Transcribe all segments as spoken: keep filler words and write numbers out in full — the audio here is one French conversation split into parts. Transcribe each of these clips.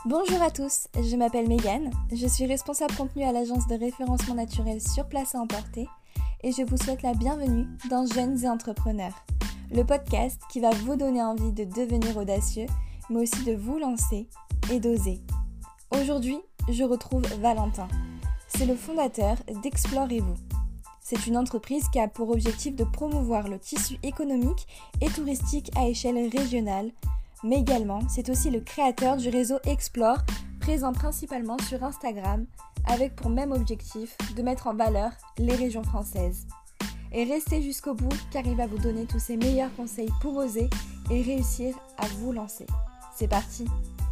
Bonjour à tous, je m'appelle Megan, je suis responsable contenu à l'agence de référencement naturel sur place à emporter et je vous souhaite la bienvenue dans Jeunes et Entrepreneurs, le podcast qui va vous donner envie de devenir audacieux, mais aussi de vous lancer et d'oser. Aujourd'hui, je retrouve Valentin. C'est le fondateur d'Explorez-vous. C'est une entreprise qui a pour objectif de promouvoir le tissu économique et touristique à échelle régionale, mais également, c'est aussi le créateur du réseau Explore, présent principalement sur Instagram, avec pour même objectif de mettre en valeur les régions françaises. Et restez jusqu'au bout car il va vous donner tous ses meilleurs conseils pour oser et réussir à vous lancer. C'est parti!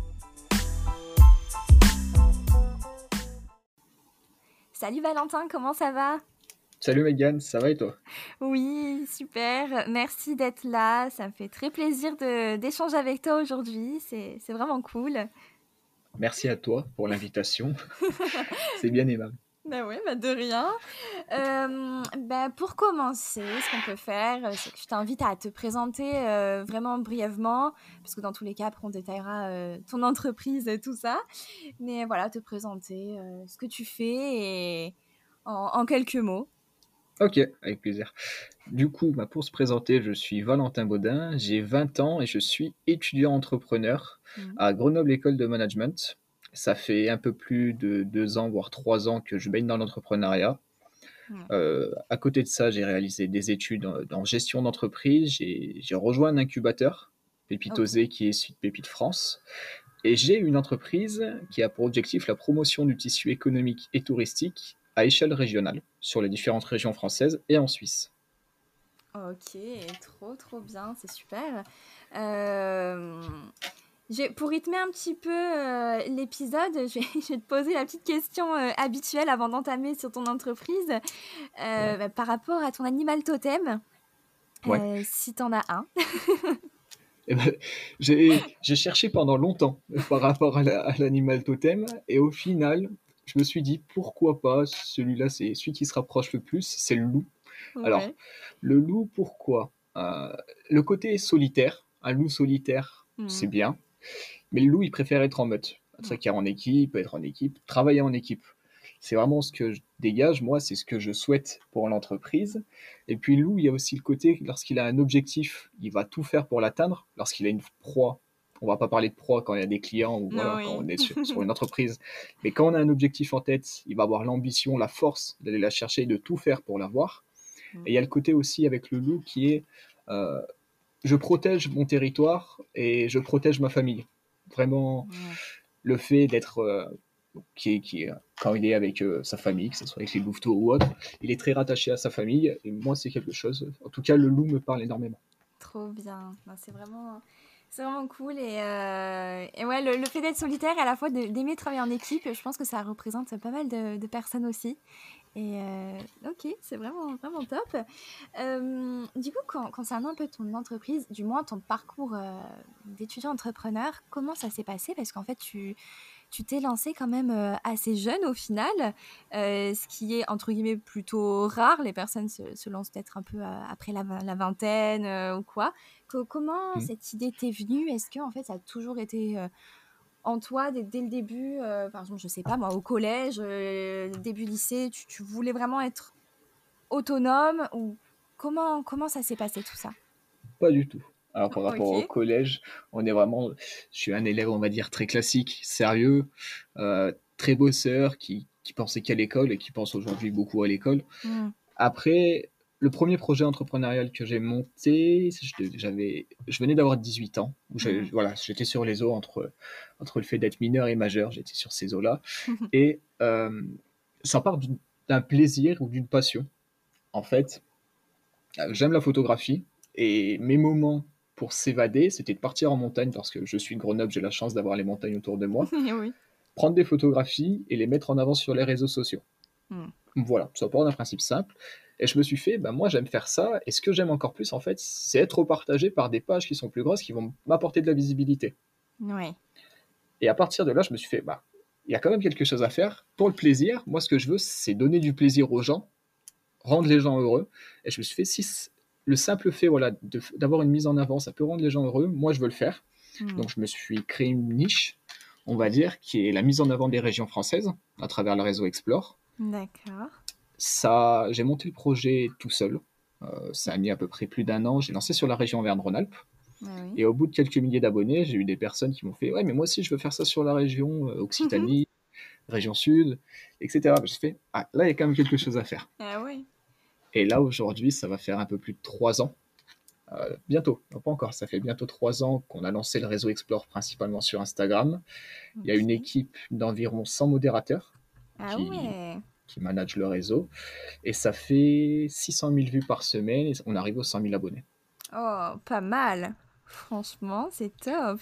Salut Valentin, comment ça va? Salut Megan, ça va et toi? Oui, super. Merci d'être là. Ça me fait très plaisir de, d'échanger avec toi aujourd'hui. C'est, c'est vraiment cool. Merci à toi pour l'invitation. C'est bien aimable. Ben ouais, bah de rien. Euh, ben pour commencer, ce qu'on peut faire, c'est que je t'invite à te présenter euh, vraiment brièvement, parce que dans tous les cas, après on détaillera euh, ton entreprise et tout ça. Mais voilà, te présenter euh, ce que tu fais et en, en quelques mots. Ok, avec plaisir. Du coup, bah, pour se présenter, je suis Valentin Baudin, j'ai vingt ans et je suis étudiant entrepreneur Mhm. à Grenoble École de Management. Ça fait un peu plus de deux ans, voire trois ans que je baigne dans l'entrepreneuriat. Mhm. Euh, à côté de ça, j'ai réalisé des études en, en gestion d'entreprise. J'ai, j'ai rejoint un incubateur, Pépite Ok. Osée, qui est Suite Pépite France. Et j'ai une entreprise qui a pour objectif la promotion du tissu économique et touristique à échelle régionale, sur les différentes régions françaises et en Suisse. Ok, trop trop bien, c'est super. Euh, j'ai- pour rythmer un petit peu euh, l'épisode, je vais, je vais te poser la petite question euh, habituelle avant d'entamer sur ton entreprise. Euh, Ouais. bah, par rapport à ton animal totem, Ouais. euh, si t'en as un. Eh ben, j'ai, j'ai cherché pendant longtemps par rapport à, la- à l'animal totem, et au final, je me suis dit pourquoi pas, celui-là, c'est celui qui se rapproche le plus, c'est le loup. Alors, Ouais. le loup, pourquoi? Euh, Le côté solitaire, un loup solitaire, c'est Mhm. bien, mais le loup, il préfère être en meute. Mhm. C'est qu'il en équipe, être en équipe, travailler en équipe. C'est vraiment ce que je dégage, moi, c'est ce que je souhaite pour l'entreprise. Et puis, le loup, il y a aussi le côté, lorsqu'il a un objectif, il va tout faire pour l'atteindre. Lorsqu'il a une proie, on va pas parler de proie quand il y a des clients ou voilà, quand Oui. on est sur, sur une entreprise, mais quand on a un objectif en tête, il va avoir l'ambition, la force d'aller la chercher et de tout faire pour l'avoir. Mhm. Et il y a le côté aussi avec le loup qui est euh, je protège mon territoire et je protège ma famille. Vraiment, Ouais. le fait d'être euh, qui est, qui est, quand il est avec euh, sa famille, que ce soit avec les louveteaux ou autre, il est très rattaché à sa famille. Et moi, c'est quelque chose. En tout cas, le loup me parle énormément. Trop bien. Non, c'est vraiment, c'est vraiment cool. Et, euh, et ouais, le, le fait d'être solitaire et à la fois de- d'aimer travailler en équipe, je pense que ça représente pas mal de, de personnes aussi. Et euh, ok, c'est vraiment, vraiment top. Euh, du coup, quand, concernant un peu ton entreprise, du moins ton parcours euh, d'étudiant entrepreneur, comment ça s'est passé? Parce qu'en fait, tu, tu t'es lancé quand même euh, assez jeune au final, euh, ce qui est entre guillemets plutôt rare. Les personnes se, se lancent peut-être un peu euh, après la, vi- la vingtaine euh, ou quoi. Co- comment Mm. cette idée t'est venue? Est-ce que en fait ça a toujours été euh, en toi dès, dès le début, euh, par exemple, je sais pas moi, au collège, euh, début lycée, tu, tu voulais vraiment être autonome ou comment, comment ça s'est passé tout ça? Pas du tout. Alors, par rapport au Ok. collège, on est vraiment. Je suis un élève, on va dire, très classique, sérieux, euh, très bosseur, qui, qui pensait qu'à l'école et qui pense aujourd'hui beaucoup à l'école. Hmm. Après, le premier projet entrepreneurial que j'ai monté, je- j'avais, je venais d'avoir dix-huit ans. Où j'ai- Hmm. voilà, j'étais sur les eaux entre, entre le fait d'être mineur et majeur, j'étais sur ces eaux-là. Et euh, ça part d'une- d'un plaisir ou d'une passion. En fait, euh, j'aime la photographie et mes moments pour s'évader, c'était de partir en montagne parce que je suis de Grenoble, j'ai la chance d'avoir les montagnes autour de moi, Oui. prendre des photographies et les mettre en avant sur les réseaux sociaux. Hmm. Voilà, ça part d'un principe simple. Et je me suis fait, bah, moi j'aime faire ça, et ce que j'aime encore plus en fait, c'est être partagé par des pages qui sont plus grosses, qui vont m'apporter de la visibilité. Ouais. Et à partir de là, je me suis fait, bah, il y a quand même quelque chose à faire. Pour le plaisir, moi ce que je veux, c'est donner du plaisir aux gens, rendre les gens heureux. Et je me suis fait, si le simple fait voilà, de, d'avoir une mise en avant, ça peut rendre les gens heureux, moi je veux le faire. Hmm. Donc je me suis créé une niche on va dire, qui est la mise en avant des régions françaises à travers le réseau Explore. D'accord. Ça, j'ai monté le projet tout seul. Euh, ça a mis à peu près plus d'un an. J'ai lancé sur la région Auvergne-Rhône-Alpes. Ah oui. Et au bout de quelques milliers d'abonnés, j'ai eu des personnes qui m'ont fait « Ouais, mais moi aussi, je veux faire ça sur la région euh, Occitanie, région Sud, et cetera » J'ai fait « Ah, là, il y a quand même quelque chose à faire. » Ah oui. Et là, aujourd'hui, ça va faire un peu plus de trois ans. Euh, bientôt, non pas encore, ça fait bientôt trois ans qu'on a lancé le réseau Explore principalement sur Instagram. Il y a une Ok. équipe d'environ cent modérateurs Ah qui, ouais. qui managent le réseau. Et ça fait six cent mille vues par semaine et on arrive aux cent mille abonnés. Oh, pas mal. Franchement, c'est top.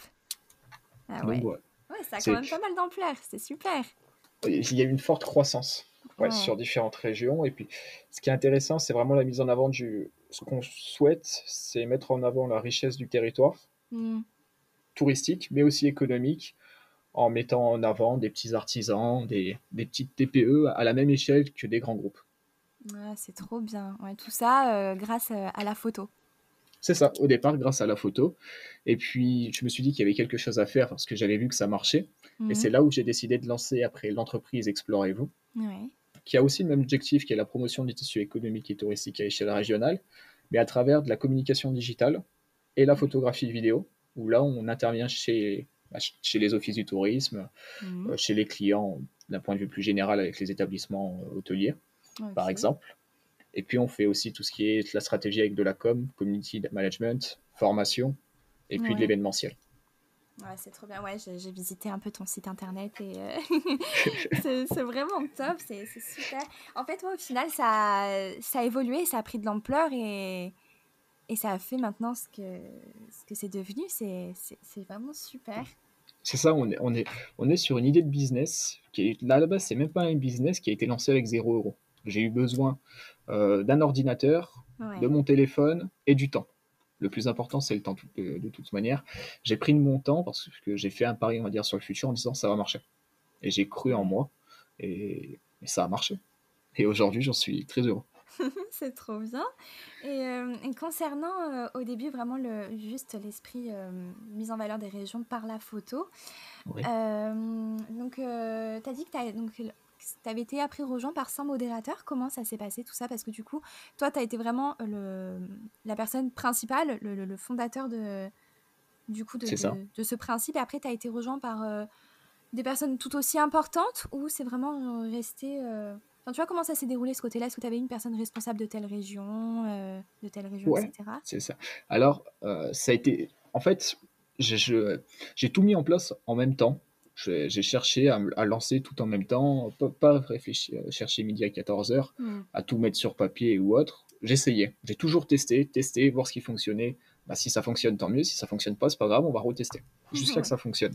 Ah Donc ouais. voilà, Ouais, ça a quand c'est, même pas mal d'ampleur. C'est super. il y a une forte croissance ouais, Ouais. sur différentes régions. Et puis, ce qui est intéressant, c'est vraiment la mise en avant du... Ce qu'on souhaite, c'est mettre en avant la richesse du territoire, Mm. touristique, mais aussi économique, en mettant en avant des petits artisans, des, des petites T P E à la même échelle que des grands groupes. Ouais, c'est trop bien. Ouais, tout ça euh, grâce euh, à la photo. C'est ça, au départ, grâce à la photo. Et puis, je me suis dit qu'il y avait quelque chose à faire parce que j'avais vu que ça marchait. Et c'est Mhm. là où j'ai décidé de lancer après l'entreprise Explorez-vous, Ouais. qui a aussi le même objectif qui est la promotion du tissu économique et touristique à échelle régionale, mais à travers de la communication digitale et la Ouais. photographie vidéo, où là, on intervient chez, bah, chez les offices du tourisme, Mhm. euh, chez les clients d'un point de vue plus général avec les établissements euh, hôteliers, par Ok. exemple. Et puis, on fait aussi tout ce qui est la stratégie avec de la com, community management, formation, et puis de Ouais. l'événementiel. Ouais, c'est trop bien. Ouais, j'ai j'ai visité un peu ton site internet et euh, c'est c'est vraiment top. C'est c'est super. En fait, ouais, au final, ça, a- ça a évolué, ça a pris de l'ampleur et, et ça a fait maintenant ce que ce que c'est devenu. C'est c'est- c'est vraiment super. C'est ça, on est, on, est, on est sur une idée de business qui est, là, à la base, c'est même pas un business qui a été lancé avec zéro euro. J'ai eu besoin euh, d'un ordinateur, de Ouais. mon téléphone et du temps. Le plus important, c'est le temps, de, de toute manière. J'ai pris de mon temps parce que j'ai fait un pari, on va dire, sur le futur en disant ça va marcher. Et j'ai cru en Ouais. moi et, et ça a marché. Et aujourd'hui, j'en suis très heureux. C'est trop bien. Et, euh, et concernant euh, au début vraiment le, juste l'esprit euh, mise en valeur des régions par la photo, Oui, euh, donc tu as dit que tu avais été après rejoint par cent modérateurs. Comment ça s'est passé tout ça? Parce que du coup, toi, tu as été vraiment le, la personne principale, le, le- le fondateur de, du coup, de, c'est ça. de, de ce principe. Et après, tu as été rejoint par euh, des personnes tout aussi importantes ou c'est vraiment euh, resté... euh, Enfin, tu vois comment ça s'est déroulé ce côté-là? Est-ce que tu avais une personne responsable de telle région, euh, de telle région, Ouais, et cetera. c'est ça. Alors, euh, ça a été. En fait, j'ai je- j'ai tout mis en place en même temps. J'ai j'ai cherché à, me- à lancer tout en même temps, pas, pas réfléchir, chercher midi à quatorze heures, Hmm. à tout mettre sur papier ou autre. J'essayais. J'ai toujours testé, testé, voir ce qui fonctionnait. Bah, si ça fonctionne, tant mieux. Si ça fonctionne pas, c'est pas grave, on va retester. Jusqu'à que Ouais. ça fonctionne.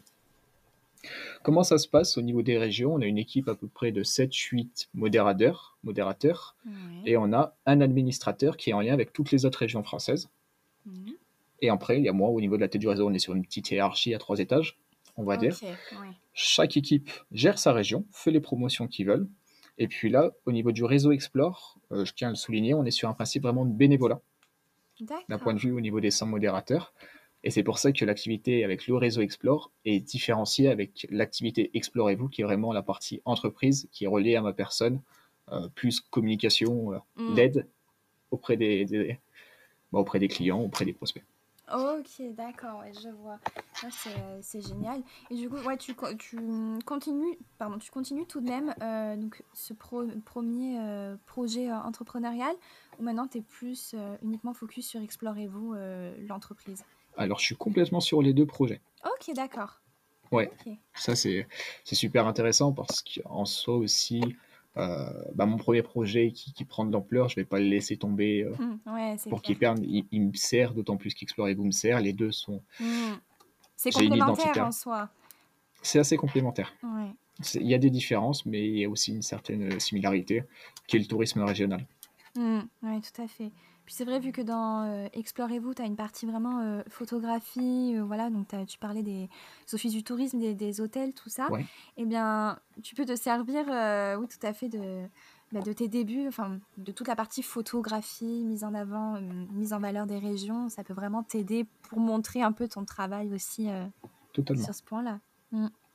Comment ça se passe au niveau des régions? On a une équipe à peu près de sept huit modérateurs, modérateurs, Ouais. et on a un administrateur qui est en lien avec toutes les autres régions françaises. Mhm. Et après, il y a moi, au niveau de la tête du réseau, on est sur une petite hiérarchie à trois étages, on va dire. Ok, ouais. Chaque équipe gère sa région, fait les promotions qu'ils veulent. Et puis là, au niveau du réseau Explore, euh, je tiens à le souligner, on est sur un principe vraiment de bénévolat, d'un point de D'accord. vue au niveau des cent modérateurs. Et c'est pour ça que l'activité avec le réseau Explore est différenciée avec l'activité Explorez-vous, qui est vraiment la partie entreprise, qui est reliée à ma personne, euh, plus communication, euh, Hmm. l'aide auprès des, des, bah, auprès des clients, auprès des prospects. Ok, d'accord, ouais, je vois. Ah, c'est, euh, c'est génial. Et du coup, ouais, tu, co- tu continues, pardon, tu continues tout de même euh, donc, ce pro- premier euh, projet euh, entrepreneurial ou maintenant tu es plus euh, uniquement focus sur Explorez-vous euh, l'entreprise? Alors, je suis complètement sur les deux projets. Ok, d'accord. Ouais, Ok. ça c'est c'est super intéressant parce qu'en soi aussi, euh, bah, mon premier projet qui, qui prend de l'ampleur, je vais pas le laisser tomber euh, Hmm, ouais, c'est pour clair. qu'il perde. Il, il me sert, d'autant plus qu'Explorez-vous me sert. Les deux sont. Hmm. C'est J'ai une complémentaire identité. en soi. C'est assez complémentaire. Ouais. C'est- Il y a des différences, mais il y a aussi une certaine similarité qui est le tourisme régional. Mm, ouais, tout à fait. Puis c'est vrai, vu que dans euh, Explorez-vous, tu as une partie vraiment euh, photographie, euh, voilà, donc t'as- tu parlais des offices du tourisme, des, des hôtels, tout ça. Ouais, Eh bien, tu peux te servir, euh, oui, tout à fait, de, bah, de tes débuts, enfin, de toute la partie photographie, mise en avant, euh, mise en valeur des régions. Ça peut vraiment t'aider pour montrer un peu ton travail aussi euh, totalement. sur ce point-là. Mm.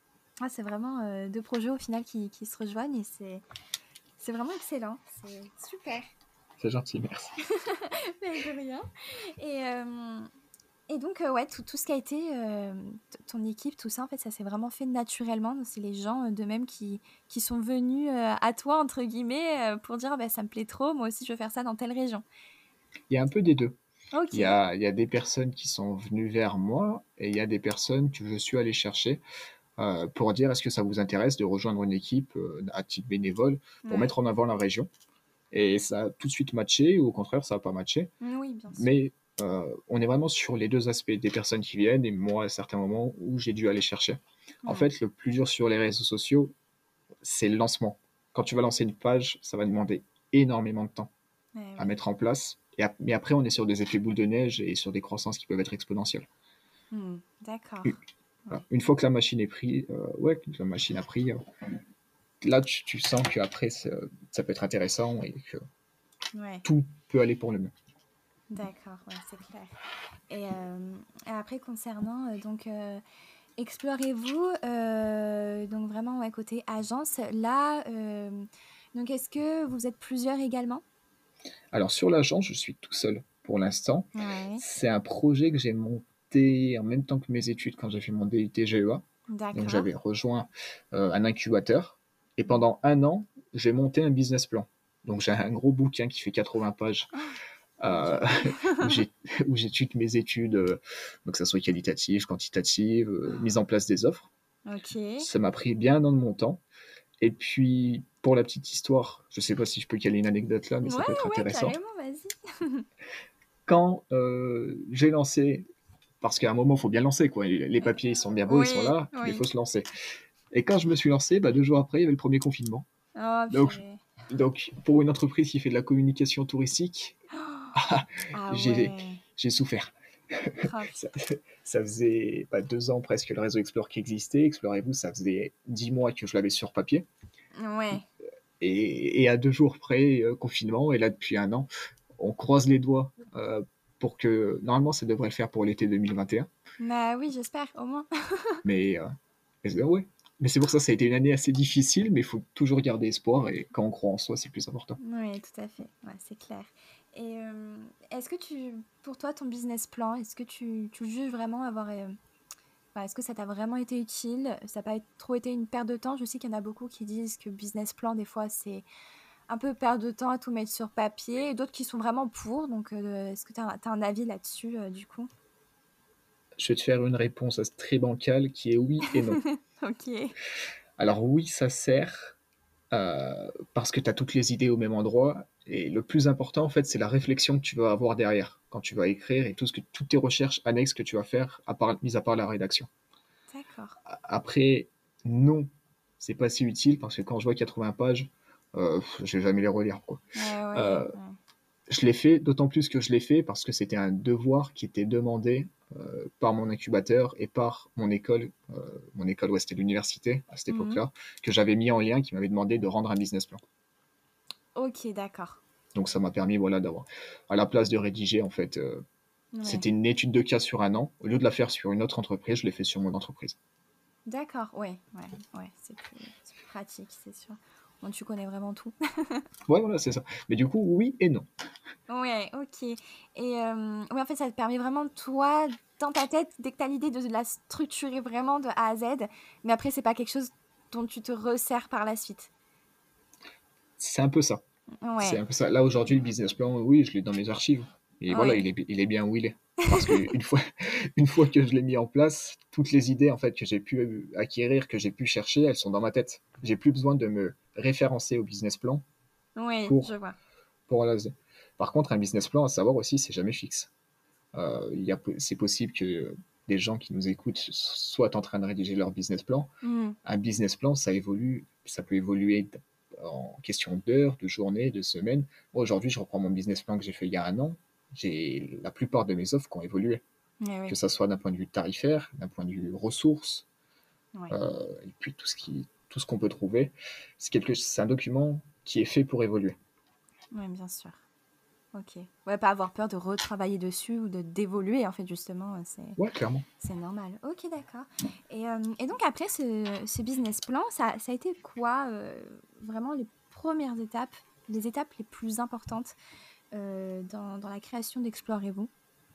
Ah, c'est vraiment euh, deux projets au final qui, qui se rejoignent et c'est, c'est vraiment excellent. C'est super. C'est gentil, merci. Mais de rien. Et, euh, et donc, euh, ouais, tout, tout ce qui a été euh, t- ton équipe, tout ça, en fait, ça s'est vraiment fait naturellement. Donc, c'est les gens euh, d'eux-mêmes qui, qui sont venus euh, à toi, entre guillemets, euh, pour dire, bah, ça me plaît trop, moi aussi, je veux faire ça dans telle région. Il y a un peu des deux. Ok. Il y a, il y a des personnes qui sont venues vers moi et il y a des personnes que je suis allé chercher euh, pour dire est-ce que ça vous intéresse de rejoindre une équipe euh, à titre bénévole pour Ouais. mettre en avant la région. Et ça a tout de suite matché ou au contraire ça n'a pas matché. Oui, bien sûr. Mais euh, on est vraiment sur les deux aspects, des personnes qui viennent et moi à certains moments où j'ai dû aller chercher. En Hmm. fait, le plus dur sur les réseaux sociaux, c'est le lancement. Quand tu vas lancer une page, ça va demander énormément de temps Ouais, à ouais. mettre en place. Et ap- mais après, on est sur des effets boule de neige et sur des croissances qui peuvent être exponentielles. Hmm. D'accord. Une, voilà. Ouais. Une fois que la machine est prise, euh, ouais, que la machine a pris, euh, là tu, tu sens qu'après ça, ça peut être intéressant et que Ouais. tout peut aller pour le mieux. D'accord, ouais, c'est clair. Et euh, après, concernant, euh, donc, euh, explorez-vous, euh, donc vraiment, ouais, côté agence, là, euh, donc est-ce que vous êtes plusieurs également? Alors sur l'agence, je suis tout seul pour l'instant. Ouais, C'est un projet que j'ai monté en même temps que mes études quand j'ai fait mon D U T G E A. Donc d'accord. j'avais rejoint euh, un incubateur et pendant un an, j'ai monté un business plan. Donc j'ai un gros bouquin qui fait quatre-vingts pages Mon euh, Dieu. où j'ai- où j'étude mes études, euh, donc que ça soit qualitative, quantitative, euh, mise en place des offres. Ok. Ça m'a pris bien un an de mon temps. Et puis, pour la petite histoire, je sais pas si je peux caler une anecdote là, mais Ouais, ça peut être ouais, intéressant. carrément, vas-y. Quand euh, j'ai lancé, parce qu'à un moment, il faut bien lancer, quoi. Les papiers, ils sont bien beaux, ils sont Oui, là, mais il oui. faut se lancer. Et quand je me suis lancé, bah, deux jours après, il y avait le premier confinement. Oh, Donc, purée. donc pour une entreprise qui fait de la communication touristique, Ah j'ai ouais. j'ai souffert. Oh, Ça, ça faisait bah, deux ans presque le réseau Explore qui existait. Explorez-vous, ça faisait dix mois que je l'avais sur papier. putain. Ouais. Et, et à deux jours près, euh, confinement. Et là, depuis un an, on croise les doigts euh, pour que. Normalement, ça devrait le faire pour l'été deux mille vingt et un. Bah oui, j'espère, au moins. Mais, euh, mais, ouais. Mais c'est pour ça, ça a été une année assez difficile, mais il faut toujours garder espoir. Et quand on croit en soi, c'est plus important. Oui, tout à fait. Ouais, c'est clair. Et euh, est-ce que tu, pour toi, ton business plan, est-ce que tu, tu juges vraiment avoir, euh, enfin, est-ce que ça t'a vraiment été utile? Ça n'a pas été- trop été une perte de temps? Je sais qu'il y en a beaucoup qui disent que business plan, des fois, c'est un peu perdre de temps à tout mettre sur papier, et d'autres qui sont vraiment pour. Donc, euh, est-ce que tu as, un avis là-dessus, euh, du coup? Je vais te faire une réponse très bancale qui est oui et non. Ok. Alors oui, ça sert euh, parce que tu as toutes les idées au même endroit. Et le plus important, en fait, c'est la réflexion que tu vas avoir derrière quand tu vas écrire et tout ce que, toutes tes recherches annexes que tu vas faire, à part, mis à part la rédaction. D'accord. Après, non, c'est pas si utile parce que quand je vois quatre-vingts pages, euh, je vais jamais les relire, quoi. Ouais, ouais, Euh, ouais. je l'ai fait, d'autant plus que je l'ai fait parce que c'était un devoir qui était demandé euh, par mon incubateur et par mon école, euh, mon école, ouais, c'était l'université à cette Mhm. époque-là, que j'avais mis en lien, qui m'avait demandé de rendre un business plan. Ok, d'accord. Donc ça m'a permis, voilà, d'avoir, à la place de rédiger, en fait, euh, Ouais. c'était une étude de cas sur un an. Au lieu de la faire sur une autre entreprise, je l'ai fait sur mon entreprise. D'accord, ouais, ouais, ouais, c'est plus, c'est plus pratique, c'est sûr. Bon, tu connais vraiment tout. Ouais, voilà, c'est ça. Mais du coup, oui et non. Ouais, ok. Et euh, ouais, en fait, ça te permet vraiment, toi, dans ta tête, dès que tu as l'idée de la structurer vraiment de A à Z, mais après, c'est pas quelque chose dont tu te resserres par la suite. C'est un peu ça. C'est Ouais, un peu ça. Là, aujourd'hui, le business plan, oui, je l'ai dans mes archives. Et voilà, il ouais. est, il est bien où il est. Parce que une fois, une fois que je l'ai mis en place, toutes les idées en fait que j'ai pu acquérir, que j'ai pu chercher, elles sont dans ma tête. J'ai plus besoin de me référencer au business plan Oui, je pour vois. pour la- Par contre, un business plan, à savoir aussi, c'est jamais fixe. Euh, il y a, c'est possible que des gens qui nous écoutent soient en train de rédiger leur business plan. Mhm. Un business plan, ça évolue, ça peut évoluer en question d'heures, de journées, de semaines. Moi, aujourd'hui, je reprends mon business plan que j'ai fait il y a un an. J'ai la plupart de mes offres qui ont évolué, Ouais, que ouais, ça soit d'un point de vue tarifaire, d'un point de vue ressources, ouais, euh, et puis tout ce qui, tout ce qu'on peut trouver. C'est quelque, c'est un document qui est fait pour évoluer. ouais, bien sûr. Ok. Ouais, pas avoir peur de retravailler dessus ou de d'évoluer, en fait, justement, c'est Ouais, clairement. c'est normal. Ok, d'accord. Et, euh, et donc, après ce, ce business plan, ça, ça a été quoi, euh, vraiment, les premières étapes, les étapes les plus importantes euh, dans, dans la création d'Explorez-vous?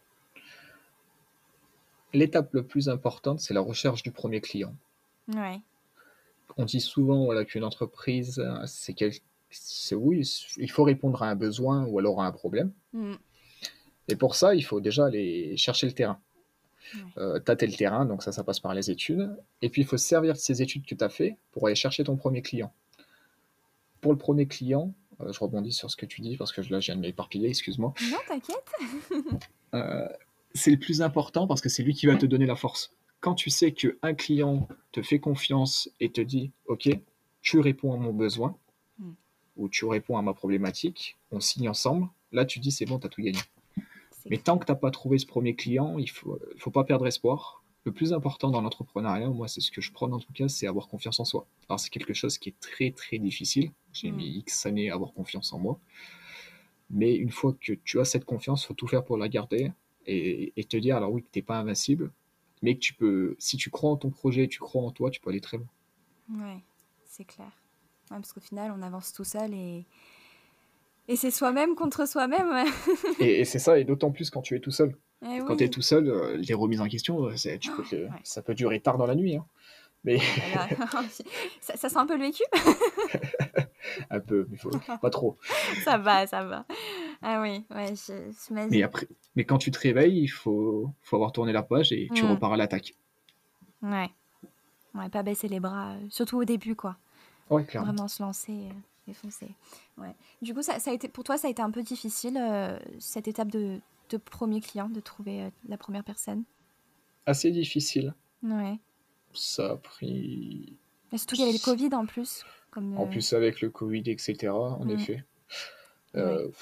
L'étape la plus importante, c'est la recherche du premier client. Ouais. On dit souvent voilà, qu'une entreprise, euh, c'est quel... c'est oui, il faut répondre à un besoin ou alors à un problème. Mm. Et pour ça, il faut déjà aller chercher le terrain. Ouais. Euh, tâter le terrain, donc ça, ça passe par les études. Et puis, il faut se servir de ces études que tu as fait pour aller chercher ton premier client. Pour le premier client, euh, je rebondis sur ce que tu dis parce que là, je viens de m'éparpiller, excuse-moi. Non, t'inquiète. Euh, c'est le plus important parce que c'est lui qui va te donner la force. Quand tu sais qu'un client te fait confiance et te dit ok, tu réponds à mon besoin Mm. ou tu réponds à ma problématique, on signe ensemble, là tu dis c'est bon, tu as tout gagné. C'est Mais clair. tant que tu n'as pas trouvé ce premier client, il ne faut, faut pas perdre espoir. Le plus important dans l'entrepreneuriat, moi c'est ce que je prends en tout cas, c'est avoir confiance en soi. Alors c'est quelque chose qui est très très difficile. J'ai Mm. mis X années à avoir confiance en moi. Mais une fois que tu as cette confiance, il faut tout faire pour la garder et, et te dire, alors oui, que tu n'es pas invincible, mais que tu peux, si tu crois en ton projet, tu crois en toi, tu peux aller très loin. Ouais, c'est clair. Ouais, parce qu'au final, on avance tout seul et, et c'est soi-même contre soi-même. Ouais. Et, et c'est ça, et d'autant plus quand tu es tout seul. Eh Quand tu es oui. tout seul, euh, les remises en question, euh, c'est- tu peux te- Ouais. ça peut durer tard dans la nuit. Hein. Mais Oh là là. ça, ça sent un peu le vécu. un peu, mais faut, pas trop. Ça va, ça va. Ah oui, ouais, je- Mais, j'imagine. après, mais quand tu te réveilles, il faut, faut avoir tourné la page et tu Mm. repars à l'attaque. Ouais. Ouais, pas baisser les bras, euh, surtout au début, quoi. Ouais, clairement. Vraiment se lancer euh, et foncer. Ouais. Du coup, ça, ça a été, pour toi, ça a été un peu difficile, euh, cette étape de, de premier client, de trouver euh, la première personne. Assez difficile. Ouais. Ça a pris. Et surtout qu'il y avait le Covid en plus. Comme, En euh, plus, avec le Covid, et cetera, en mm, effet. ouais. Euh,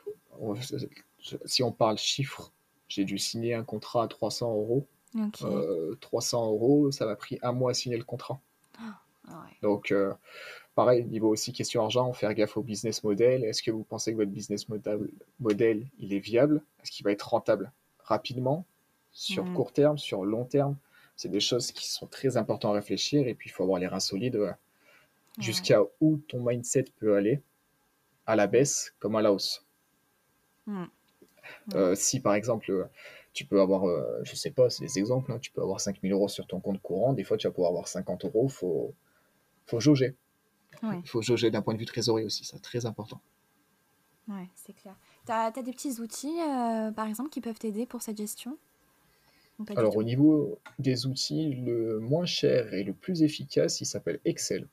Si on parle chiffres, j'ai dû signer un contrat à trois cents euros. Ok. Euh, trois cents euros, ça m'a pris un mois à signer le contrat. Ah ouais. Donc, euh, pareil, niveau aussi question argent, faire gaffe au business model. Est-ce que vous pensez que votre business model, model il est viable? Est-ce qu'il va être rentable rapidement, sur Mm, court terme, sur long terme? C'est des choses qui sont très importantes à réfléchir et puis il faut avoir les reins solides euh, ouais. jusqu'à où ton mindset peut aller, à la baisse comme à la hausse. Mm, ouais. Euh, si par exemple, euh, tu peux avoir, euh, je sais pas, c'est des exemples, hein, tu peux avoir cinq mille euros sur ton compte courant, des fois tu vas pouvoir avoir cinquante euros, faut, faut jauger. Ouais. Il faut jauger d'un point de vue trésorerie aussi, c'est très important. Ouais, c'est clair. T'as, t'as des petits outils, euh, par exemple, qui peuvent t'aider pour cette gestion? Ou pas du Alors au tout? niveau des outils, le moins cher et le plus efficace, il s'appelle Excel.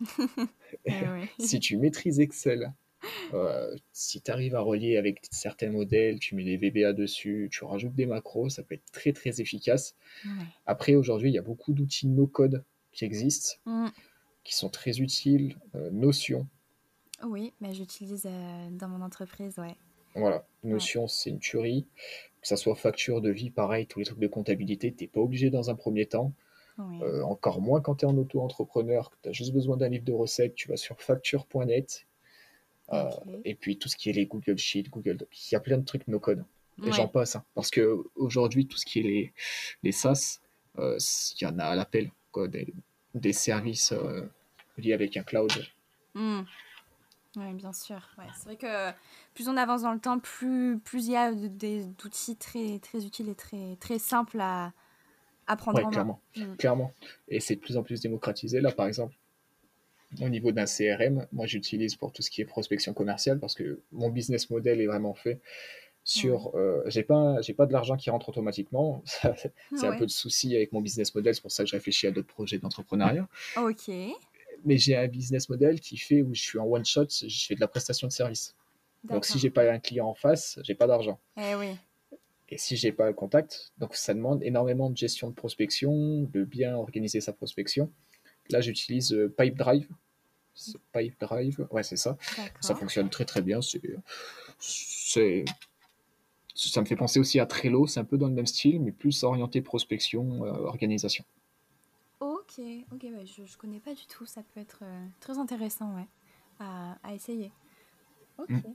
Eh oui. Si tu maîtrises Excel, euh, si tu arrives à relier avec certains modèles, tu mets des V B A dessus, tu rajoutes des macros, ça peut être très très efficace. Ouais. Après aujourd'hui, il y a beaucoup d'outils no-code qui existent, Mm, qui sont très utiles. Euh, Notion, oui, mais j'utilise euh, dans mon entreprise, ouais. voilà, Ouais. Notion c'est une tuerie. Que ça soit facture de vie, pareil, tous les trucs de comptabilité, t'es pas obligé dans un premier temps. Oui. Euh, encore moins quand tu es en auto-entrepreneur, tu as juste besoin d'un livre de recettes, tu vas sur facture point net. Euh, Ok. et puis tout ce qui est les Google Sheets, Google Docs, il y a plein de trucs no code. Et j'en Ouais. passe, hein, parce que aujourd'hui, tout ce qui est les, les SaaS, euh, il y en a à l'appel, quoi, des, des services euh, liés avec un cloud. Mm. Oui, bien sûr. Ouais. C'est vrai que plus on avance dans le temps, plus plus il y a de- des d'outils très très utiles et très très simples à, à prendre Ouais, en main. clairement, Mm. clairement. Et c'est de plus en plus démocratisé. Là, par exemple, au niveau d'un C R M, moi j'utilise pour tout ce qui est prospection commerciale parce que mon business model est vraiment fait Ouais. sur. Euh, j'ai pas, j'ai pas de l'argent qui rentre automatiquement. C'est un peu Ouais. de souci avec mon business model, c'est pour ça que je réfléchis à d'autres projets d'entrepreneuriat. Ok. Mais j'ai un business model qui fait où je suis en one shot, je fais de la prestation de service. Donc si D'accord. j'ai pas un client en face, j'ai pas d'argent. Eh oui. Et si j'ai pas le contact, donc ça demande énormément de gestion de prospection, de bien organiser sa prospection. Là, j'utilise euh, Pipedrive. C'est Pipedrive, ouais, c'est ça. Ça D'accord. fonctionne très très bien. C'est, c'est, ça me fait penser aussi à Trello. C'est un peu dans le même style, mais plus orienté prospection, euh, organisation. Ok. Ok. Ouais, je je connais pas du tout. Ça peut être euh, très intéressant, ouais, à, à essayer. Ok. Mm.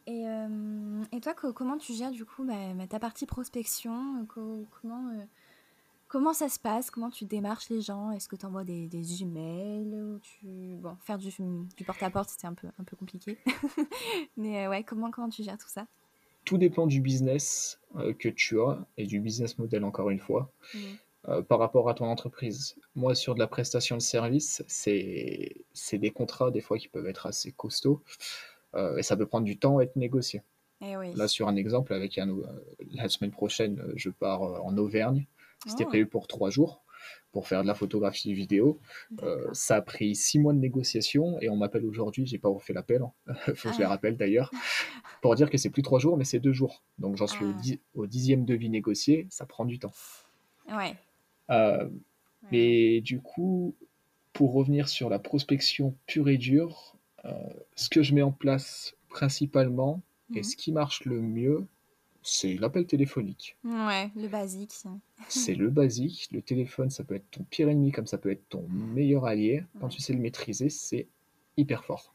Et, euh, et toi, co- comment tu gères du coup bah, bah, ta partie prospection? co- comment, euh, comment ça se passe? Comment tu démarches les gens? Est-ce que tu envoies des, des emails ou tu... Bon, faire du, du porte-à-porte, c'était un peu, un peu compliqué. Mais euh, ouais, comment, comment tu gères tout ça? Tout dépend du business euh, que tu as et du business model, encore une fois, Mhm. euh, par rapport à ton entreprise. Moi, sur de la prestation de service, c'est c'est des contrats, des fois, qui peuvent être assez costauds euh, et ça peut prendre du temps à être négocié. Eh oui. Là, sur un exemple, avec un, euh, la semaine prochaine, euh, je pars euh, en Auvergne. C'était Oh, prévu pour trois jours pour faire de la photographie vidéo. Euh, d'accord. ça a pris six mois de négociation et on m'appelle aujourd'hui. J'ai pas refait l'appel. Il faut que je les Ah, rappelle d'ailleurs pour dire que c'est plus trois jours, mais c'est deux jours. Donc j'en suis au, ah, dix- au dixième devis négocié. Ça prend du temps. ouais. Euh, Ouais, ouais. mais du coup, pour revenir sur la prospection pure et dure, euh, ce que je mets en place principalement et Mhm. ce qui marche le mieux, c'est l'appel téléphonique. Ouais, le basique. C'est le basique. Le téléphone, ça peut être ton pire ennemi comme ça peut être ton meilleur allié. Quand Ouais. tu sais le maîtriser, c'est hyper fort.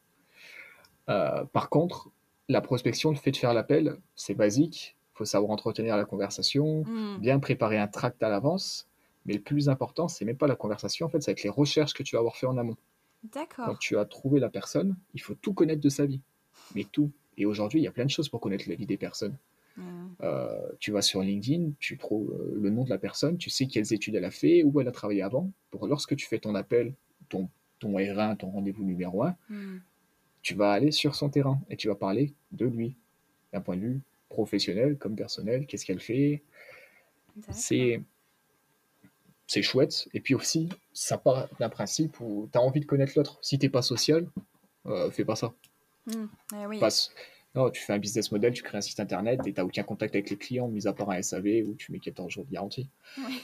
Euh, par contre, la prospection, le fait de faire l'appel, c'est basique. Il faut savoir entretenir la conversation, Mhm. bien préparer un tract à l'avance. Mais le plus important, c'est même pas la conversation, en fait, c'est avec les recherches que tu vas avoir fait en amont. Quand D'accord. tu as trouvé la personne, il faut tout connaître de sa vie. Mais tout. Et aujourd'hui, il y a plein de choses pour connaître la vie des personnes. Mhm. Euh, tu vas sur LinkedIn, tu trouves euh, le nom de la personne, tu sais quelles études elle a fait, où elle a travaillé avant. Pour lorsque tu fais ton appel, ton, ton R un, ton rendez-vous numéro un, Mhm. tu vas aller sur son terrain et tu vas parler de lui, d'un point de vue professionnel comme personnel, qu'est-ce qu'elle fait. D'accord. C'est, c'est chouette. Et puis aussi, ça part d'un principe où tu as envie de connaître l'autre. Si t'es pas social, euh, fais pas ça. Mhm. Eh oui. Passe. Non, tu fais un business model, tu crées un site internet et tu n'as aucun contact avec les clients, mis à part un S A V où tu mets quatorze jours de garantie. Ouais.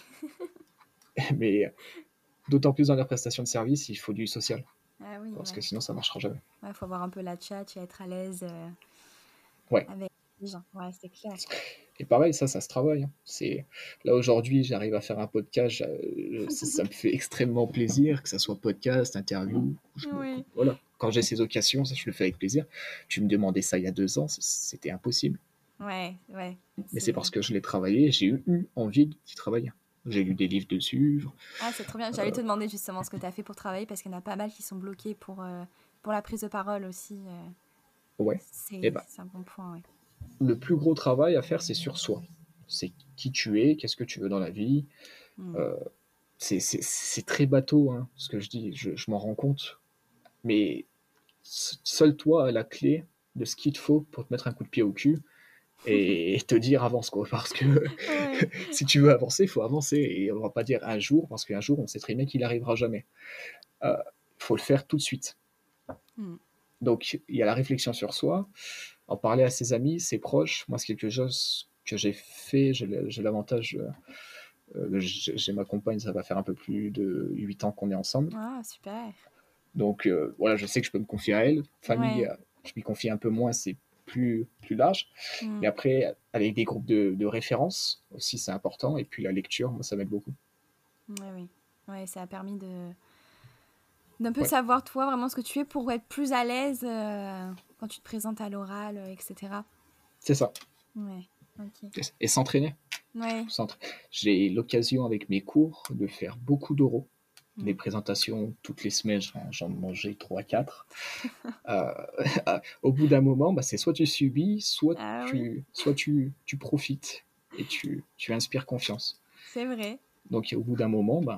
Mais d'autant plus dans la prestation de service, il faut du social. Ah oui, Parce que ouais. sinon, ça marchera jamais. Ouais, faut avoir un peu la tchatch et être à l'aise euh, Ouais. avec les gens. Ouais, c'est clair. Et pareil, ça, ça se travaille. Hein. C'est... Là, aujourd'hui, j'arrive à faire un podcast. je- Ça, ça me fait extrêmement plaisir, que ça soit podcast, interview. Je me- Oui. Voilà. Quand j'ai ces occasions, ça, je le fais avec plaisir. Tu me demandais ça il y a deux ans, c- c'était impossible. Ouais, ouais. Mais c'est C'est... parce que je l'ai travaillé, j'ai eu eu envie d'y travailler. J'ai lu des livres dessus. Ah, c'est trop bien. J'allais te demander justement ce que tu as fait pour travailler parce qu'il y en a pas mal qui sont bloqués pour, euh, pour la prise de parole aussi. euh, Ouais. Et c'est, ben, c'est un bon point, ouais. le plus gros travail à faire, c'est sur soi. C'est qui tu es, qu'est-ce que tu veux dans la vie. Mm. Euh, c'est, c'est, c'est très bateau, hein, ce que je dis, je, je m'en rends compte. Mais seul toi a la clé de ce qu'il te faut pour te mettre un coup de pied au cul et te dire avance quoi. Parce que Ouais. si tu veux avancer, il faut avancer. Et on va pas dire un jour, parce qu'un jour, on sait très bien qu'il n'arrivera jamais. Il euh, faut le faire tout de suite. Mm. Donc il y a la réflexion sur soi, en parler à ses amis, ses proches. Moi, c'est quelque chose que j'ai fait. J'ai, j'ai l'avantage, euh, j'ai, j'ai ma compagne, ça va faire un peu plus de huit ans qu'on est ensemble. Ah, super. Donc euh, voilà, je sais que je peux me confier à elle. Famille, Ouais. euh, je m'y confie un peu moins, c'est plus, plus large. Mais Mm. après, avec des groupes de, de référence aussi, c'est important. Et puis la lecture, moi, ça m'aide beaucoup. Ouais, oui. Ouais, ça a permis de d'un peu Ouais, savoir toi vraiment ce que tu es pour être plus à l'aise euh, quand tu te présentes à l'oral, euh, et cetera. c'est ça. Ouais, ok. Et, et s'entraîner. Ouais. S'entra- J'ai l'occasion avec mes cours de faire beaucoup d'oraux. Des Mm. présentations toutes les semaines, j'en, j'en mangeais trois quatre. Euh, au bout d'un moment, bah, c'est soit tu subis, soit Ah oui, tu, soit tu, tu profites et tu, tu inspires confiance. c'est vrai. Donc au bout d'un moment, bah,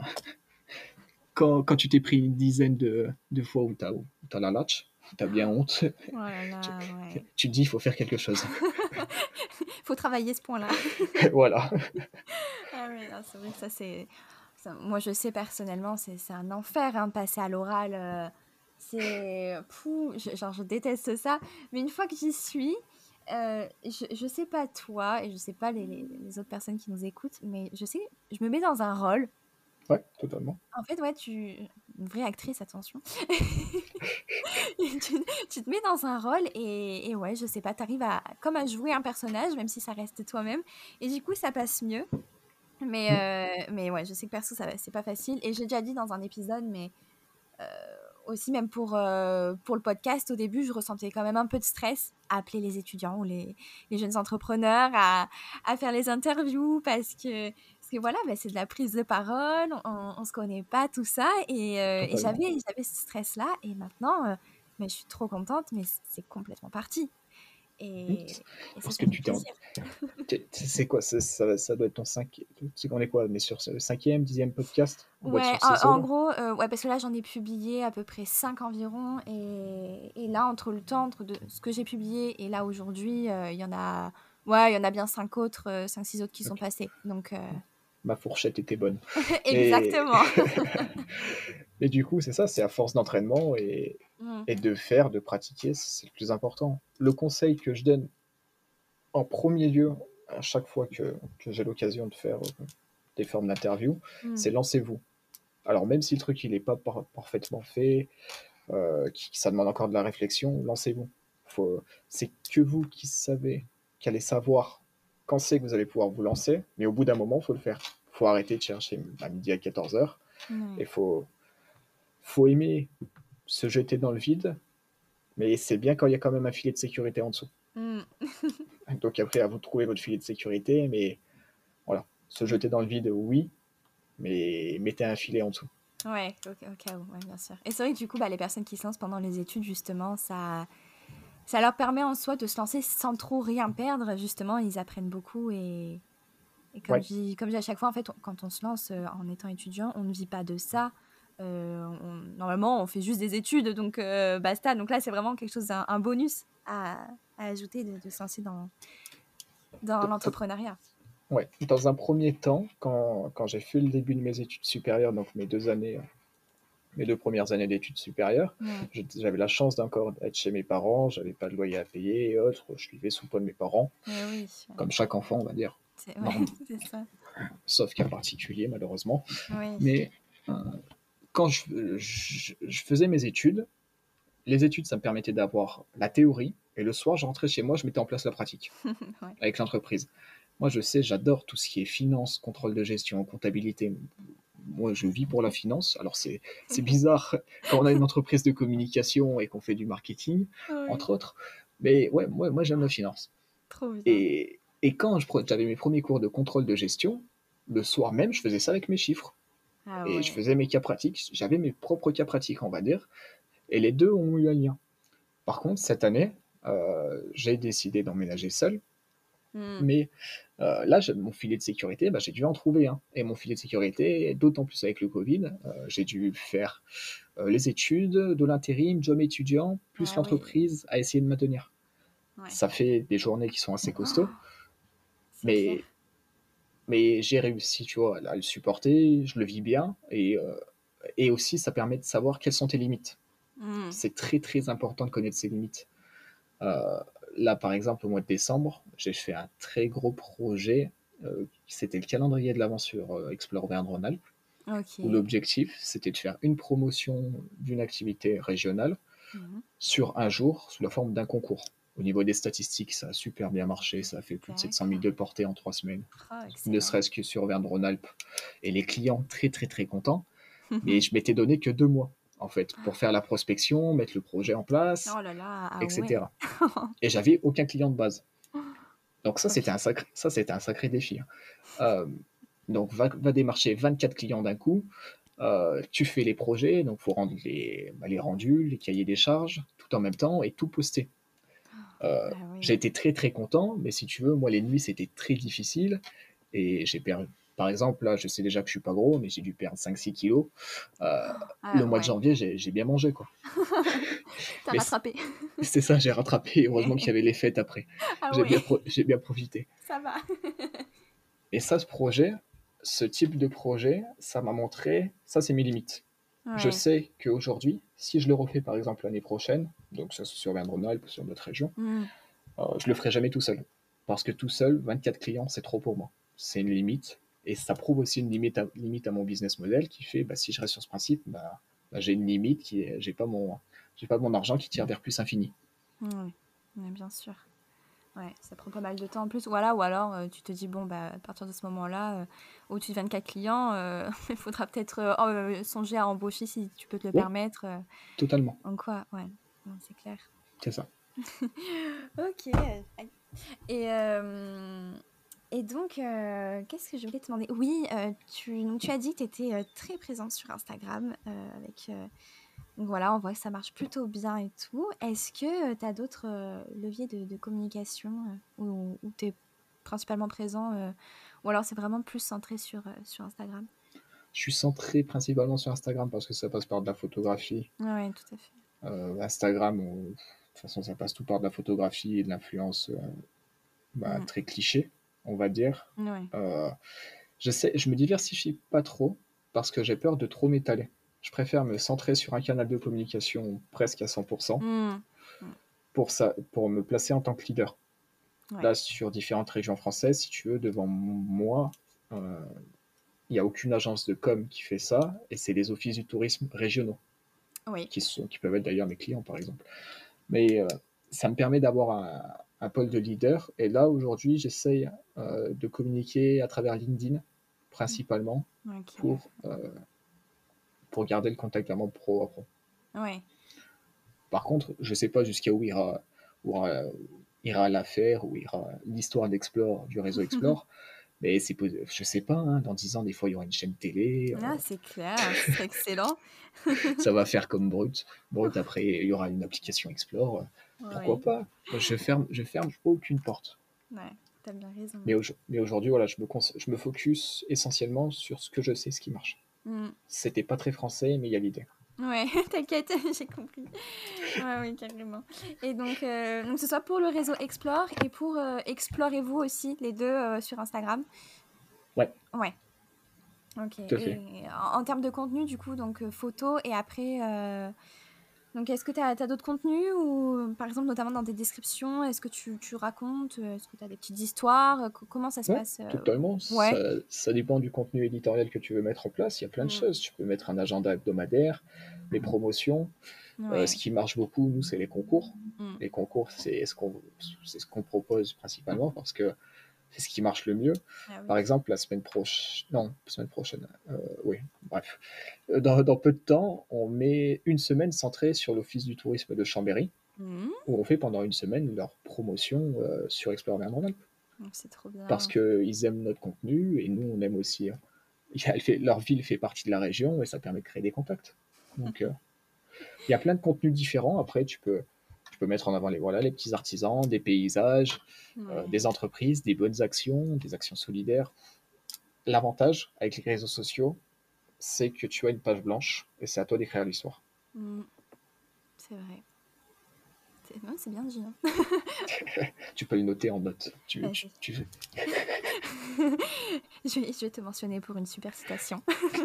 quand, quand tu t'es pris une dizaine de, de fois où tu as la latch, tu as bien honte, Oh là tu, là, ouais. tu te dis il faut faire quelque chose. Faut travailler ce point-là. Voilà. Ah oui, non, c'est vrai que ça, c'est... ça- moi, je sais personnellement, c'est, c'est un enfer, hein, de passer à l'oral. euh, c'est... Pouh, je- genre, je déteste ça. Mais une fois que j'y suis, euh, je, je sais pas toi, et je sais pas les, les- les autres personnes qui nous écoutent, mais je sais, je me mets dans un rôle. Ouais, totalement. En fait, ouais, tu... Une vraie actrice, attention. Et tu, tu te mets dans un rôle et, et ouais, je sais pas, t'arrives à... comme à jouer un personnage, même si ça reste toi-même. Et du coup, ça passe mieux. Mais, Mm. euh, mais ouais, je sais que perso, ça, c'est pas facile. Et j'ai déjà dit dans un épisode, mais aussi, même pour, euh, pour le podcast, au début, je ressentais quand même un peu de stress à appeler les étudiants ou les, les jeunes entrepreneurs, à, à faire les interviews parce que, parce que voilà, bah, c'est de la prise de parole, on ne se connaît pas, tout ça. Et, euh, et Totalement. j'avais, j'avais ce stress-là. Et maintenant, euh, mais je suis trop contente, mais c'est complètement parti. Et, et ça, Parce ça que fait tu t'es en- plaisir. t'es- c'est quoi, c'est- ça, ça doit être ton cinquième, c'est qu'on est quoi, on est sur le cinquième, dixième podcast, on doit être Ouais, sur en, ces en eaux-là. gros, euh, ouais, parce que là, j'en ai publié à peu près cinq environ. Et, et là, entre le temps, entre de, ce que j'ai publié et là, aujourd'hui, euh, il y en a, ouais, il y en a bien cinq autres, euh, cinq, six autres qui sont Ok. passés. Donc, euh, Ma fourchette était bonne. Mais, exactement. mais du coup, c'est ça, c'est à force d'entraînement et, Mm. et de faire, de pratiquer, c'est le plus important. Le conseil que je donne en premier lieu, à chaque fois que, que j'ai l'occasion de faire euh, des formes d'interview, Mm. c'est lancez-vous. Alors même si le truc il n'est pas par- parfaitement fait, euh, qui, ça demande encore de la réflexion, lancez-vous. Faut, c'est que vous qui savez, qui allez savoir quand c'est que vous allez pouvoir vous lancer, mais au bout d'un moment, il faut le faire. Il faut arrêter de chercher à midi à quatorze heures, et Ouais. il faut, faut aimer se jeter dans le vide, mais c'est bien quand il y a quand même un filet de sécurité en dessous. Mm. Donc après, à vous de trouver votre filet de sécurité, mais voilà, se jeter dans le vide, oui, mais mettez un filet en dessous. Ouais, au, au cas où, ouais, bien sûr. Et c'est vrai que du coup, bah, les personnes qui se lancent pendant les études, justement, ça, ça leur permet en soi de se lancer sans trop rien perdre. Justement, ils apprennent beaucoup. Et, et comme Ouais, je dis, comme je dis à chaque fois, en fait, on- quand on se lance euh, en étant étudiant, on ne vit pas de ça. Euh, on- normalement, on fait juste des études, donc euh, basta. Donc là, c'est vraiment quelque chose, un, un bonus à, à ajouter de, de se lancer dans, dans l'entrepreneuriat. ouais. Dans un premier temps, quand, quand j'ai fait le début de mes études supérieures, donc mes deux années, mes deux premières années d'études supérieures, Ouais. je- j'avais la chance d'encore être chez mes parents, j'avais pas de loyer à payer et autres, je vivais sous le toit de mes parents, Eh oui, ouais. comme chaque enfant, on va dire, C'est ouais, normal, c'est ça. sauf cas particulier malheureusement. Oui. Mais euh, quand je, je, je faisais mes études, les études, ça me permettait d'avoir la théorie, et le soir, je rentrais chez moi, je mettais en place la pratique Ouais. avec l'entreprise. Moi, je sais, j'adore tout ce qui est finance, contrôle de gestion, comptabilité. Moi, je vis pour la finance. Alors, c'est, c'est bizarre quand on a une entreprise de communication et qu'on fait du marketing, Oui. entre autres. Mais ouais, moi, moi j'aime la finance. Trop bien. Et, et quand je pre- j'avais mes premiers cours de contrôle de gestion, le soir même, je faisais ça avec mes chiffres. Ah Et je ouais. faisais mes cas pratiques. J'avais mes propres cas pratiques, on va dire. Et les deux ont eu un lien. Par contre, cette année, euh, j'ai décidé d'emménager seul. Hmm. Mais euh, là, mon filet de sécurité, bah, j'ai dû en trouver un. Et mon filet de sécurité, d'autant plus avec le Covid, euh, j'ai dû faire euh, les études, de l'intérim, job étudiant, plus Ah oui. l'entreprise à essayer de maintenir. Ouais. Ça fait des journées qui sont assez costauds, Oh, c'est clair. mais, mais j'ai réussi, tu vois, à le supporter, je le vis bien, et, euh, et aussi ça permet de savoir quelles sont tes limites. Hmm. C'est très très important de connaître ses limites. Euh, Là, par exemple, au mois de décembre, j'ai fait un très gros projet. Euh, c'était le calendrier de l'avant sur euh, Explore Auvergne-Rhône-Alpes, où Ok. l'objectif, c'était de faire une promotion d'une activité régionale Mhm. sur un jour sous la forme d'un concours. Au niveau des statistiques, ça a super bien marché. Ça a fait plus de sept cent mille D'accord. de portée en trois semaines, Oh, ne excellent. serait-ce que sur Auvergne-Rhône-Alpes. Et les clients très, très, très contents. Mais je m'étais donné que deux mois, en fait, pour faire la prospection, mettre le projet en place, Oh là là, ah ouais. et cetera. Et j'avais aucun client de base. Donc ça, c'était Ok. un sacré, ça, c'était un sacré défi. Hein. Euh, donc va, va démarcher vingt-quatre clients d'un coup. Euh, tu fais les projets, donc il faut rendre les, bah, les rendus, les cahiers des charges, tout en même temps et tout poster. Euh, Ah j'ai oui. été très très content, mais si tu veux, moi les nuits c'était très difficile et j'ai perdu. Par exemple, là, je sais déjà que je suis pas gros, mais j'ai dû perdre cinq six kilos. Euh, le Ah mois de ouais. janvier, j'ai, j'ai bien mangé, quoi. T'as Mais rattrapé. c'est ça, j'ai rattrapé. Heureusement qu'il y avait les fêtes après. Ah J'ai bien, ouais. pro- j'ai bien profité. Ça va. Et ça, ce projet, ce type de projet, ça m'a montré, ça c'est mes limites. Je Ouais. sais qu'aujourd'hui, si je le refais par exemple l'année prochaine, donc ça se sur Auvergne-Rhône-Alpes ou sur d'autres régions, Hmm. euh, je le ferai jamais tout seul. Parce que tout seul, vingt-quatre clients, c'est trop pour moi. C'est une limite. Et ça prouve aussi une limite à, limite à mon business model qui fait, bah, si je reste sur ce principe, bah, bah, j'ai une limite qui est, j'ai pas mon, j'ai pas mon argent qui tire vers plus infini. Ouais. Ouais, bien sûr. Ouais, ça prend pas mal de temps en plus. Voilà, ou alors euh, tu te dis, bon, bah, à partir de ce moment-là, euh, au-dessus de vingt-quatre clients, euh, il faudra peut-être euh, euh, songer à embaucher si tu peux te le Oui, permettre. euh, totalement. en quoi, ouais, non, c'est clair. C'est ça. Ok. Aïe. Et, euh, et donc, euh, qu'est-ce que je voulais te demander? Oui, euh, tu, donc, tu as dit que tu étais très présente sur Instagram. euh, avec, euh, donc voilà, on voit que ça marche plutôt bien et tout. Est-ce que tu as d'autres euh, leviers de, de communication euh, où, où tu es principalement présent euh, ou alors c'est vraiment plus centré sur, euh, sur Instagram? Je suis centré principalement sur Instagram parce que ça passe par de la photographie. Ouais, tout à fait. Euh, Instagram, on- de toute façon, ça passe tout par de la photographie et de l'influence euh, bah, Mm. très cliché, on va dire. Ouais. Euh, j'essaie, je me diversifie pas trop parce que j'ai peur de trop m'étaler. Je préfère me centrer sur un canal de communication presque à cent pour cent Mm. Mm. pour ça, pour me placer en tant que leader. Ouais. Là, sur différentes régions françaises, si tu veux, devant moi, euh, il n'y a aucune agence de com qui fait ça, et c'est les offices du tourisme régionaux, Oui. qui, sont, qui peuvent être d'ailleurs mes clients, par exemple. Mais euh, ça me permet d'avoir un, un pôle de leader, et là, aujourd'hui, j'essaye euh, de communiquer à travers LinkedIn, principalement, Ok. pour, euh, pour garder le contact vraiment pro à pro. Ouais. Par contre, je ne sais pas jusqu'à où ira, où ira, ira l'affaire, où ira l'histoire d'Explore, du réseau Explore. Mais c'est, je sais pas, hein, dans dix ans, des fois, il y aura une chaîne télé. Ah, Euh, c'est clair, ce serait excellent. ça va faire comme Brut. Brut, après, il y aura une application Explore. Euh, pourquoi Oui. pas? Je ferme, je ferme aucune porte. Ouais, t'as bien raison. Mais, au, mais aujourd'hui, voilà, je me, je me focus essentiellement sur ce que je sais, ce qui marche. Mm. C'était pas très français, mais il y a l'idée. Ouais, t'inquiète, j'ai compris. Ouais, oui, carrément. Et donc, euh, donc, ce soit pour le réseau Explore et pour euh, Explorez-vous aussi, les deux euh, sur Instagram. Ouais, Ouais. Ok. tout à fait. Et en, en termes de contenu, du coup, donc euh, photos et après. euh, Donc, est-ce que tu as, d'autres contenus ou, par exemple, notamment dans tes descriptions, est-ce que tu, tu racontes, euh, est-ce que tu as des petites histoires? euh, co- Comment ça se Ouais, passe? euh, totalement. Ça, Ouais. ça dépend du contenu éditorial que tu veux mettre en place. Il y a plein de Mm. choses. Tu peux mettre un agenda hebdomadaire, les promotions. Euh, ce Ouais. qui marche beaucoup, nous, c'est les concours. Mm. Les concours, c'est ce qu'on c'est ce qu'on propose principalement parce que c'est ce qui marche le mieux. Ah oui. Par exemple, la semaine prochaine, non, semaine prochaine, euh, oui, bref. Euh, Dans, dans peu de temps, on met une semaine centrée sur l'Office du tourisme de Chambéry, Mm. où on fait pendant une semaine leur promotion euh, sur Explore Verne-Rhône-Alpes. Donc, c'est trop Parce bien. qu'ils aiment notre contenu et nous, on aime aussi. Hein. Elle fait, leur ville fait partie de la région et ça permet de créer des contacts. Donc, euh, il y a plein de contenus différents. Après, tu peux, tu peux mettre en avant les, voilà, les petits artisans, des paysages, euh, Ouais. des entreprises, des bonnes actions, des actions solidaires. L'avantage avec les réseaux sociaux, c'est que tu as une page blanche et c'est à toi d'écrire l'histoire. Mm. C'est vrai. C'est, non, c'est bien dit. Hein. Tu peux le noter en note. Tu, tu, Vas-y. tu... je, vais, je vais te mentionner pour une super citation.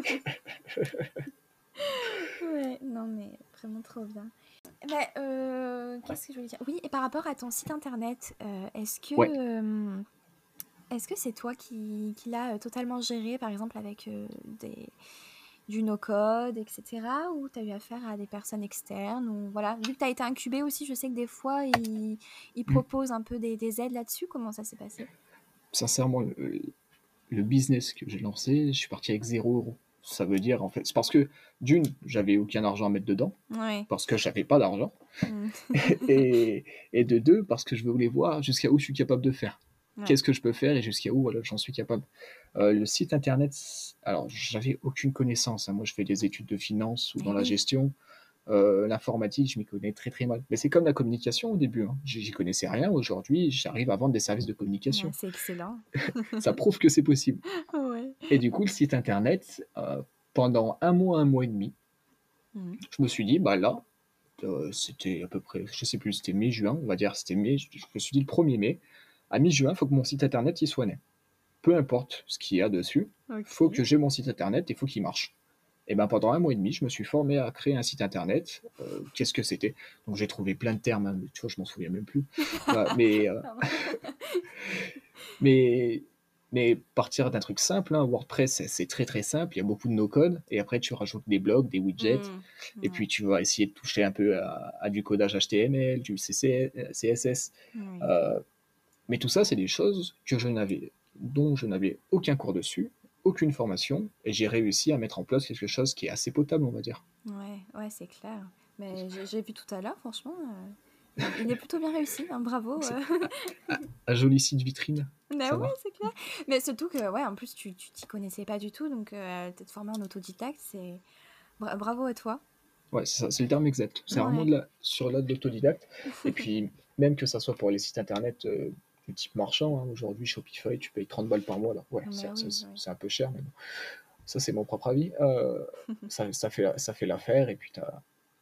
Ouais, non, mais vraiment trop bien. Bah, euh, qu'est-ce que je voulais dire? Oui, et par rapport à ton site internet, euh, est-ce que Ouais. euh, est-ce que c'est toi qui, qui l'as euh, totalement géré, par exemple avec euh, des, du no-code, et cetera. Ou tu as eu affaire à des personnes externes ou, voilà. Vu que tu as été incubé aussi, je sais que des fois, ils, ils proposent un peu des, des aides là-dessus. Comment ça s'est passé? Sincèrement, le, le business que j'ai lancé, je suis parti avec zéro euro. Ça veut dire, en fait, c'est parce que d'une, j'avais aucun argent à mettre dedans, Ouais. parce que j'avais pas d'argent, Mm. et, et de deux, parce que je voulais voir jusqu'à où je suis capable de faire. Ouais. Qu'est-ce que je peux faire et jusqu'à où voilà, j'en suis capable. Euh, le site internet, alors j'avais aucune connaissance. Hein. Moi, je fais des études de finance ou Eh dans la oui. gestion. Euh, l'informatique, je m'y connais très très mal. Mais c'est comme la communication au début. Hein. J'y connaissais rien. Aujourd'hui, j'arrive à vendre des services de Ouais, communication. c'est excellent. Ça prouve que c'est possible. Ouais. Et du coup, le site internet, euh, pendant un mois, un mois et demi, Mm. je me suis dit, bah là, euh, c'était à peu près, je sais plus, c'était mi-juin, on va dire, c'était mai, je, je me suis dit le premier mai, à mi-juin, il faut que mon site internet il soit né. Peu importe ce qu'il y a dessus, il faut Ok. que j'ai mon site internet et il faut qu'il marche. Et ben pendant un mois et demi, je me suis formé à créer un site internet. Euh, Qu'est-ce que c'était? Donc j'ai trouvé plein de termes, hein, mais tu vois, je m'en souviens même plus. Voilà, mais, euh, Pardon. mais, mais partir d'un truc simple, hein, WordPress, c'est très très simple, il y a beaucoup de no-code, et après tu rajoutes des blogs, des widgets, Mm. et Ouais. puis tu vas essayer de toucher un peu à, à du codage H T M L, du C S S. Oui. Euh, Mais tout ça, c'est des choses que je n'avais, dont je n'avais aucun cours dessus, aucune formation, et j'ai réussi à mettre en place quelque chose qui est assez potable, on va dire. Ouais, ouais, c'est clair. Mais j'ai j'ai vu tout à l'heure, franchement, euh, il, il est plutôt bien réussi, hein, bravo. C'est euh. un, un joli site vitrine, Bah ça ouais, va. c'est clair. Mais surtout que, ouais, en plus, tu tu t'y connaissais pas du tout, donc euh, t'être formé en autodidacte, c'est... Bra- bravo à toi. Ouais, c'est ça, c'est le terme exact. C'est vraiment Ouais. de la, sur là de l'autodidacte. Et puis, même que ça soit pour les sites internet euh, du type marchand, hein, aujourd'hui, Shopify, tu payes trente balles par mois. Là. Ouais, Bah c'est oui, c'est- oui. c'est un peu cher, mais bon. Ça, c'est mon propre avis. Euh, ça, ça fait, ça fait l'affaire. Et puis, tu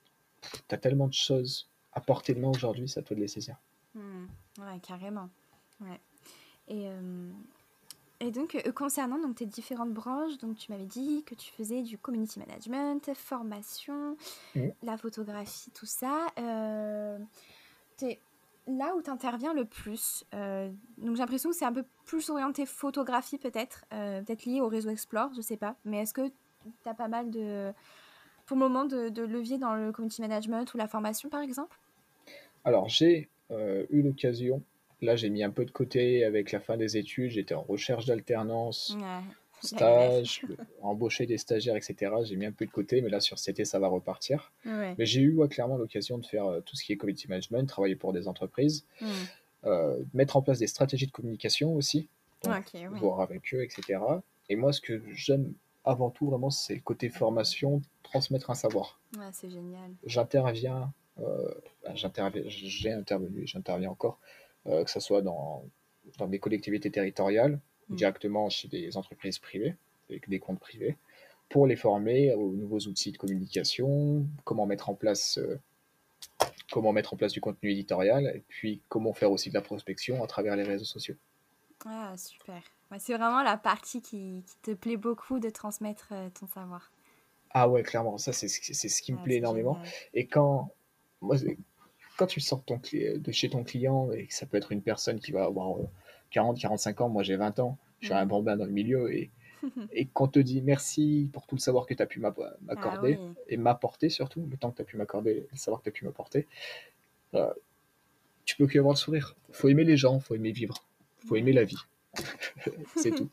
as, tellement de choses à portée de main aujourd'hui, c'est à toi de les saisir. Hmm. Ouais, carrément. Ouais. Et, euh, et donc, euh, concernant donc, tes différentes branches, donc tu m'avais dit que tu faisais du community management, formation, Mhm. la photographie, tout ça. Euh, t'es là où tu interviens le plus. Euh, donc j'ai l'impression que c'est un peu plus orienté photographie peut-être, euh, peut-être lié au réseau Explore, je sais pas. Mais est-ce que tu as pas mal de, pour le moment, de, de levier dans le community management ou la formation par exemple? Alors, j'ai euh, eu l'occasion. Là, j'ai mis un peu de côté avec la fin des études. J'étais en recherche d'alternance, Ouais, la galère. stage, embaucher des stagiaires, et cetera. J'ai mis un peu de côté, mais là, sur cet été, ça va repartir. Ouais. Mais j'ai eu ouais, clairement l'occasion de faire euh, tout ce qui est community management, travailler pour des entreprises, Hmm. euh, mettre en place des stratégies de communication aussi, donc Ok, oui. voir avec eux, et cetera. Et moi, ce que j'aime avant tout, vraiment, c'est le côté formation, transmettre un savoir. Ouais, c'est génial. J'interviens, euh, ben, j'interviens, j'ai intervenu, et j'interviens encore, euh, que ce soit dans, dans des collectivités territoriales, Hmm. directement chez des entreprises privées, avec des comptes privés, pour les former aux nouveaux outils de communication, comment mettre en place, euh, comment mettre en place du contenu éditorial, et puis comment faire aussi de la prospection à travers les réseaux sociaux. Ah, super. Ouais, c'est vraiment la partie qui, qui te plaît beaucoup de transmettre euh, ton savoir. Ah ouais, clairement, ça c'est c'est ce qui me Ah, plaît c'est énormément. génial. Et quand, moi, quand tu sors ton cli- de chez ton client, et que ça peut être une personne qui va avoir euh, quarante, quarante-cinq ans, moi j'ai vingt ans, je suis un Hmm. bambin dans le milieu, et, et qu'on te dit merci pour tout le savoir que tu as pu Ah m'accorder, oui. et m'apporter surtout, le temps que tu as pu m'accorder, le savoir que tu as pu m'apporter, euh, tu peux que avoir le sourire. Faut aimer les gens, faut aimer vivre, faut aimer Ouais. la vie, c'est tout.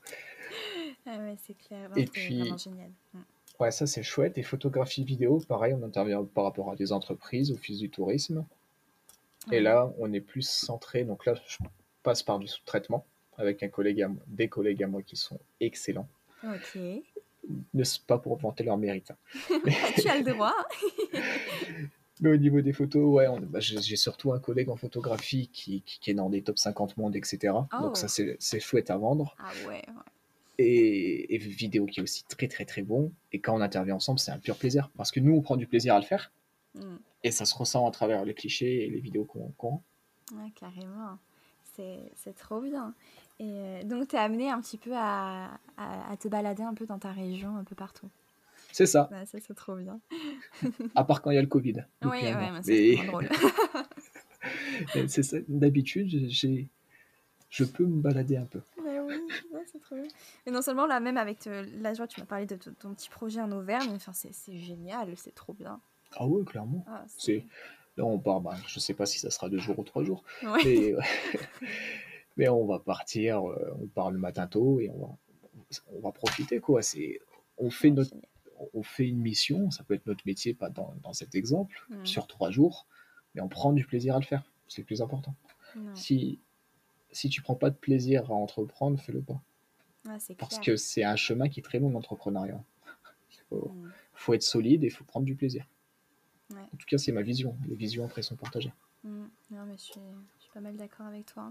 Ah ouais, c'est clair. Non, Et c'est vraiment puis, génial. Hmm. ouais, ça c'est chouette. Et photographie vidéo, pareil, on intervient par rapport à des entreprises, office du tourisme. Et Ouais. là, on est plus centré. Donc là, je passe par du sous-traitement avec un collègue à moi, des collègues à moi qui sont excellents. Ok. Ne pas pour vanter leur mérite, hein. Mais, Bah, tu as le droit. mais au niveau des photos, ouais, on- bah, j'ai j'ai surtout un collègue en photographie qui, qui- qui est dans des top cinquante mondes, et cetera. Donc ça, Oh. c'est c'est chouette à vendre. Ah ouais, ouais. Et, et vidéo qui est aussi très très très bon. Et quand on intervient ensemble, c'est un pur plaisir. Parce que nous, on prend du plaisir à le faire. Hmm. Et ça se ressent à travers les clichés et les vidéos qu'on qu'on Ouais, carrément. C'est, c'est trop bien. Et euh, donc, t'es amené un petit peu à, à, à te balader un peu dans ta région, un peu partout. C'est ça. Ouais, ça, c'est trop bien. À part quand il y a le Covid, ou Oui, qu'il y a ouais, moins. mais ça, c'est Mais moins drôle. c'est ça. D'habitude, j'ai, je peux me balader un peu. Mais oui, ouais, c'est trop bien. Et non seulement là, même avec te- là, je vois, tu m'as parlé de, t- ton petit projet en Auvergne, enfin, c'est, c'est génial, c'est trop bien. Ah ouais, clairement. Ah, c'est... C'est là on part. Bah, je sais pas si ça sera deux jours ou trois jours, Ouais. mais mais on va partir. euh, On part le matin tôt et on va on va profiter quoi. C'est on fait Ouais, notre génial. on fait une mission. Ça peut être notre métier, pas dans, dans cet exemple, Hmm. sur trois jours, mais on prend du plaisir à le faire. C'est le plus important. Ouais. Si si tu prends pas de plaisir à entreprendre, fais-le pas. Ouais, c'est Parce clair. que c'est un chemin qui est très long, l'entrepreneuriat. Il faut, Hmm. faut être solide et il faut prendre du plaisir. Ouais. En tout cas, c'est ma vision. Les visions après sont partagées. Hmm. Non, mais je suis, je suis pas mal d'accord avec toi.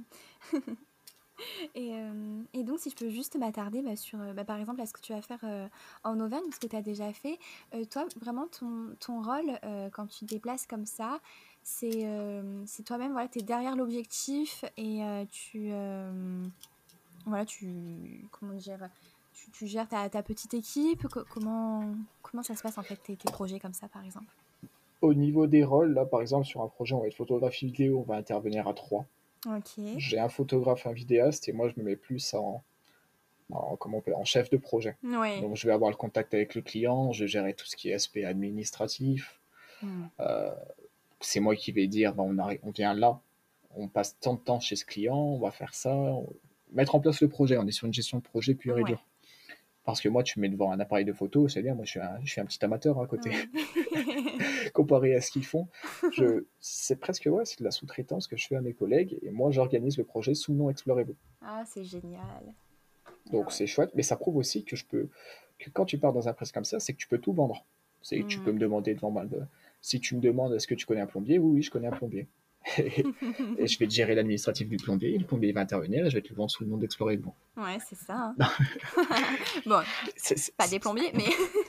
Et, euh, et donc, si je peux juste m'attarder bah, sur, euh, bah, par exemple, à ce que tu vas faire euh, en Auvergne, ce que tu as déjà fait. Euh, toi, vraiment, ton, ton rôle, euh, quand tu te déplaces comme ça, c'est euh, c'est toi-même, voilà, tu es derrière l'objectif et euh, tu, euh, voilà, tu, comment dire, tu, tu gères ta, ta petite équipe. Co- comment, comment ça se passe, en fait, tes, tes projets comme ça, par exemple? Au niveau des rôles, là, par exemple, sur un projet, on va être photographie vidéo, on va intervenir à trois. Ok. J'ai un photographe, un vidéaste, et moi, je me mets plus en, en, comment on peut- en chef de projet. Ouais. Donc, je vais avoir le contact avec le client, je gérerai tout ce qui est aspect administratif. Hmm. Euh, c'est moi qui vais dire, ben, on, arri- on vient là, on passe tant de temps chez ce client, on va faire ça, on- mettre en place le projet. On est sur une gestion de projet pure et Ouais. dure. Parce que moi, tu me mets devant un appareil de photo, c'est bien, moi je suis un, je suis un petit amateur à côté. Ouais. Comparé à ce qu'ils font, je, c'est presque ouais, c'est de la sous-traitance que je fais à mes collègues et moi j'organise le projet sous le nom Explorez-vous. Ah, c'est génial. Ah Donc ouais. c'est chouette, mais ça prouve aussi que je peux, que quand tu pars dans un presse comme ça, c'est que tu peux tout vendre. C'est que tu peux Mm. me demander devant moi, de- si tu me demandes est-ce que tu connais un plombier, oui, oui, je connais un plombier. Et, et je vais te gérer l'administratif du plombier, le plombier va intervenir et je vais te le vendre sous le nom d'Explorez-vous. Ouais, c'est ça. Hein. Bon, C'est- c'est- pas des c'est- plombiers, mais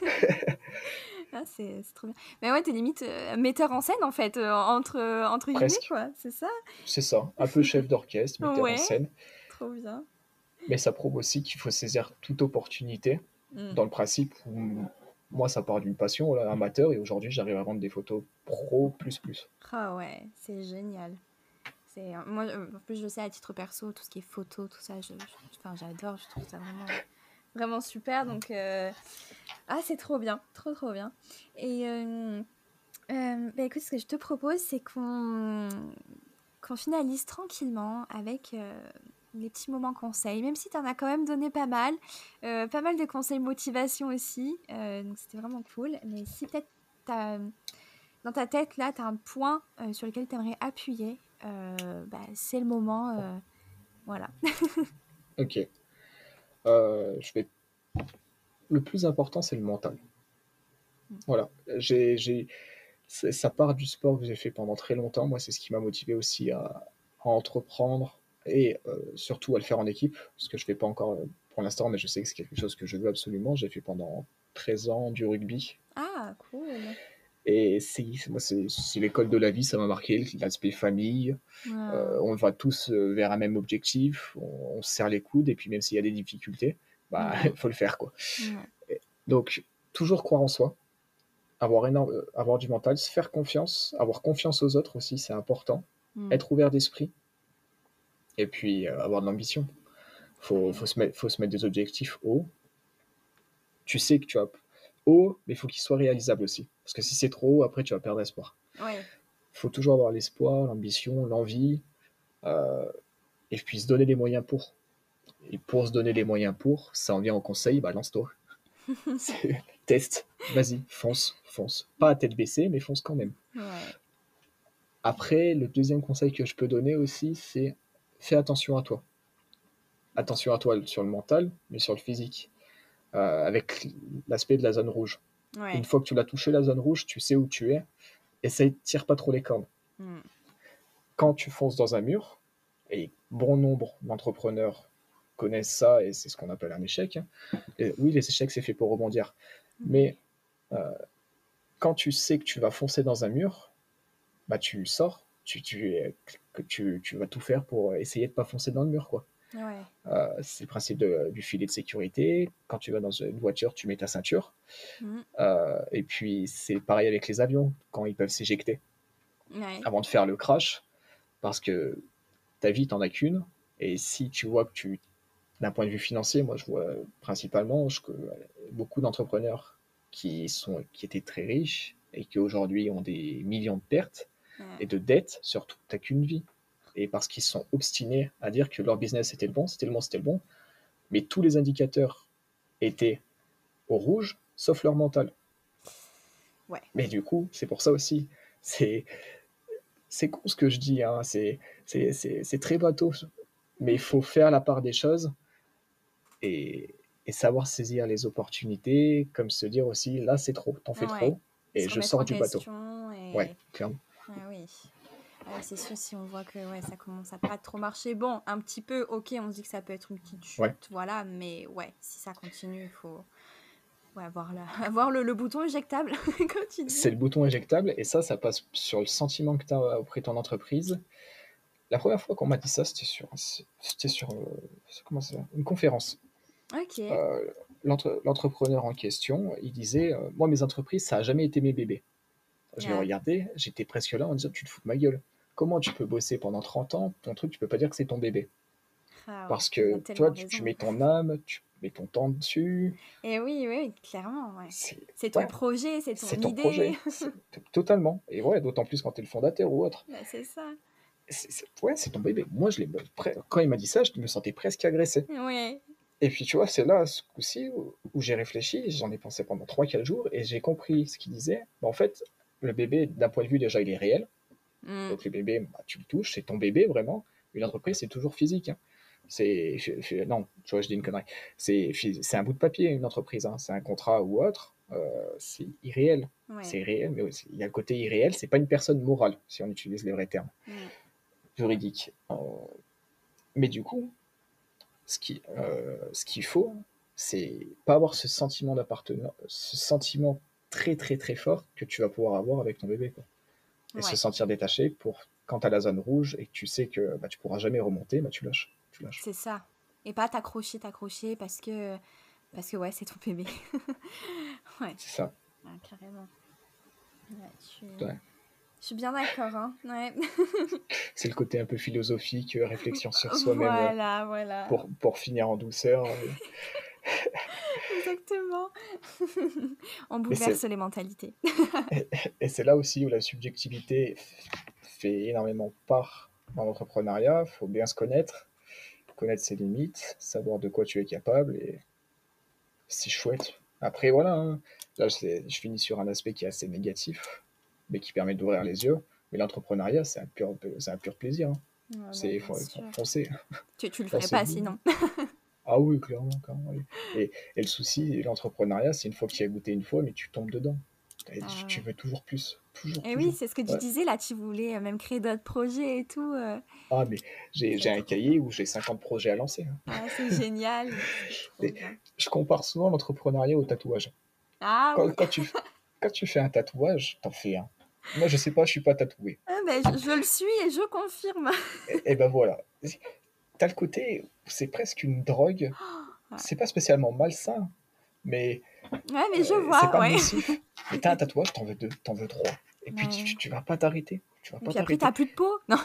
ah, c'est c'est trop bien. Mais ouais, t'es limite euh, metteur en scène en fait, euh, entre, euh, entre guillemets, Presque, quoi, c'est ça? c'est ça, un peu chef d'orchestre, metteur en Ouais, scène, trop bien. mais ça prouve aussi qu'il faut saisir toute opportunité Mm. dans le principe où moi ça part d'une passion là, amateur et aujourd'hui j'arrive à vendre des photos pro plus plus. Ah ouais, c'est génial. C'est euh, moi, euh, en plus, je sais à titre perso, tout ce qui est photo, tout ça, je, je- enfin, j'adore, je trouve ça vraiment, vraiment super. Donc, euh, ah, c'est trop bien, trop trop bien. Et euh, euh, bah, écoute, ce que je te propose, c'est qu'on qu'on finalise tranquillement avec euh, les petits moments conseils, même si tu en as quand même donné pas mal, euh, pas mal de conseils motivation aussi, euh, donc c'était vraiment cool. Mais si peut-être t'as- dans ta tête, là, tu as un point euh, sur lequel tu aimerais appuyer, euh, bah, c'est le moment, euh, voilà. Ok. Euh, je vais... Le plus important c'est le mental. Voilà. J'ai, j'ai... c'est- Ça part du sport que j'ai fait pendant très longtemps. Moi c'est ce qui m'a motivé aussi à, à entreprendre et euh, surtout à le faire en équipe, ce que je fais pas encore euh, pour l'instant, mais je sais que c'est quelque chose que je veux absolument. J'ai fait pendant treize ans du rugby. Ah, cool. Et c'est, moi, c'est, c'est l'école de la vie, ça m'a marqué, l'aspect famille. Euh, Ah, on va tous euh, vers un même objectif, on, on se serre les coudes, et puis même s'il y a des difficultés, bah, mm, il faut le faire, quoi. ouais, Donc, toujours croire en soi, avoir, énorme, euh, avoir du mental, se faire confiance, avoir confiance aux autres aussi, c'est important. mm, Être ouvert d'esprit, et puis euh, avoir de l'ambition. Faut, ouais, faut, se mettre, faut se mettre des objectifs hauts. Tu sais que tu as haut, mais il faut qu'ils soient réalisables aussi. Parce que si c'est trop haut, après, tu vas perdre espoir. ouais, Il faut toujours avoir l'espoir, l'ambition, l'envie, euh, et puis se donner les moyens pour. Et pour se donner les moyens pour, ça en vient au conseil, bah lance-toi. C'est test, vas-y, fonce, fonce. Pas à tête baissée, mais fonce quand même. ouais, Après, le deuxième conseil que je peux donner aussi, c'est fais attention à toi. Attention à toi sur le mental, mais sur le physique. Euh, avec l'aspect de la zone rouge. Une ouais, fois que tu l'as touché, la zone rouge, tu sais où tu es. Essaye, tire pas trop les cordes. mm, Quand tu fonces dans un mur, et bon nombre d'entrepreneurs connaissent ça, et c'est ce qu'on appelle un échec. Hein. Et oui, les échecs, c'est fait pour rebondir. Mais ouais, euh, quand tu sais que tu vas foncer dans un mur, bah tu sors, tu, tu, que tu, tu vas tout faire pour essayer de pas foncer dans le mur, quoi. ouais, Euh, c'est le principe de- du filet de sécurité. Quand tu vas dans une voiture, tu mets ta ceinture. mm, Euh, et puis c'est pareil avec les avions, quand ils peuvent s'éjecter ouais, avant de faire le crash, parce que ta vie, t'en as qu'une. Et si tu vois que tu, d'un point de vue financier, moi je vois principalement je, que beaucoup d'entrepreneurs qui, sont, qui étaient très riches et qui aujourd'hui ont des millions de pertes et ouais, de dettes, surtout t'as qu'une vie. Et parce qu'ils sont obstinés à dire que leur business était le bon, c'était le bon, c'était le bon, mais tous les indicateurs étaient au rouge, sauf leur mental. ouais, Mais du coup, c'est pour ça aussi, c'est c'est con ce que je dis, hein, c'est c'est- c'est- c'est très bateau, mais il faut faire la part des choses et, et savoir saisir les opportunités, comme se dire aussi, là c'est trop, t'en fais ouais. trop, Se et je remettre sors en du bateau. question Ouais, et... clairement. Ah oui. Ah oui, c'est sûr, si on voit que ouais, ça commence à pas trop marcher, bon, un petit peu, ok, on se dit que ça peut être une petite Ouais, chute, voilà, mais ouais, si ça continue, il faut ouais, avoir, la... avoir le, le bouton éjectable, comme tu dis. c'est le bouton éjectable, et ça, ça passe sur le sentiment que tu as auprès de ton entreprise. La première fois qu'on m'a dit ça, c'était sur, c'était sur euh, comment ça, une conférence. Ok, Euh, l'entre- L'entrepreneur en question, il disait, euh, moi mes entreprises, ça a jamais été mes bébés. Je le ah, regardais, j'étais presque là en disant, tu te fous de ma gueule. Comment tu peux bosser pendant trente ans, ton truc, tu peux pas dire que c'est ton bébé. ah ouais, Parce il a que toi, tellement tu, tu raison. mets ton âme, tu mets ton temps dessus, Et oui, oui, clairement, ouais. c'est C'est ton ouais, projet, c'est ton c'est ton idée. projet, c'est totalement. Et ouais, d'autant plus quand tu es le fondateur ou autre. Bah, c'est ça. c'est, c'est- ouais, c'est ton bébé. Moi, je l'ai, pre- quand il m'a dit ça, je me sentais presque agressé. Ouais. Et puis, tu vois, c'est là, ce coup-ci, où, où j'ai réfléchi, j'en ai pensé pendant trois quatre jours, et j'ai compris ce qu'il disait. Bah, en fait, le bébé, d'un point de vue, déjà, il est réel. Mm. Donc, le bébé, bah, tu le touches, c'est ton bébé, vraiment. Une entreprise, c'est toujours physique, hein. C'est, je- je- non, tu vois, je dis une connerie. C'est, phy- c'est un bout de papier, une entreprise, hein. C'est un contrat ou autre. Euh, c'est irréel. Ouais. C'est réel, mais aussi, il y a le côté irréel. C'est pas une personne morale, si on utilise les vrais termes Mm. juridiques. Euh, mais du coup, ce qui, euh, ce qu'il faut, c'est pas avoir ce sentiment d'appartenance, ce sentiment très très très fort que tu vas pouvoir avoir avec ton bébé, quoi. Et se Ouais. sentir détaché pour quand tu as la zone rouge et que tu sais que bah, tu pourras jamais remonter, bah, tu lâches. Tu lâches. C'est ça. Et pas t'accrocher, t'accrocher parce que, parce que ouais, c'est ton bébé. Ouais, C'est ça. ouais, carrément. Ouais, je suis, Ouais. je suis bien d'accord, hein. Ouais. C'est le côté un peu philosophique, euh, réflexion sur soi-même euh, Voilà, voilà. pour, pour finir en douceur. euh. Exactement. On Mais c'est, bouleverse les mentalités. et, et c'est là aussi où la subjectivité fait énormément part dans l'entrepreneuriat. Il faut bien se connaître, connaître ses limites, savoir de quoi tu es capable, et c'est chouette. Après, voilà, hein. Là, c'est- je finis sur un aspect qui est assez négatif, mais qui permet d'ouvrir les yeux. Mais l'entrepreneuriat, c'est un pur, c'est un pur plaisir, hein. Ouais, bah, C'est bien fon- sûr. foncer, Tu, tu le ferais foncez pas dedans. sinon. Ah oui, clairement, clairement, oui. Et, et le souci, l'entrepreneuriat, c'est une fois que tu y as goûté une fois, mais tu tombes dedans. Et Ah tu, tu ouais. veux toujours plus, toujours, Et oui, toujours. c'est ce que tu Ouais. disais là, tu voulais euh, même créer d'autres projets et tout. euh, Ah, mais j'ai, C'est j'ai un trop cahier où j'ai cinquante projets à lancer, hein. Ah, c'est génial, c'est trop Et bien. je compare souvent l'entrepreneuriat au tatouage. Ah Quand, oui, quand tu, quand tu fais un tatouage, t'en fais un. Moi, je sais pas, je suis pas tatoué. ah, ben, je, je le suis et je confirme. Et, et ben voilà. T'as le côté, où c'est presque une drogue. Ouais, C'est pas spécialement malsain, mais ouais mais je euh, c'est vois, pas ouais. nocif. Mais t'as un tatouage, t'en veux deux, t'en veux trois. Et puis tu, Ouais. tu vas pas t'arrêter. Tu vas Et pas puis après, t'as t'arrêter. plus de peau. Non.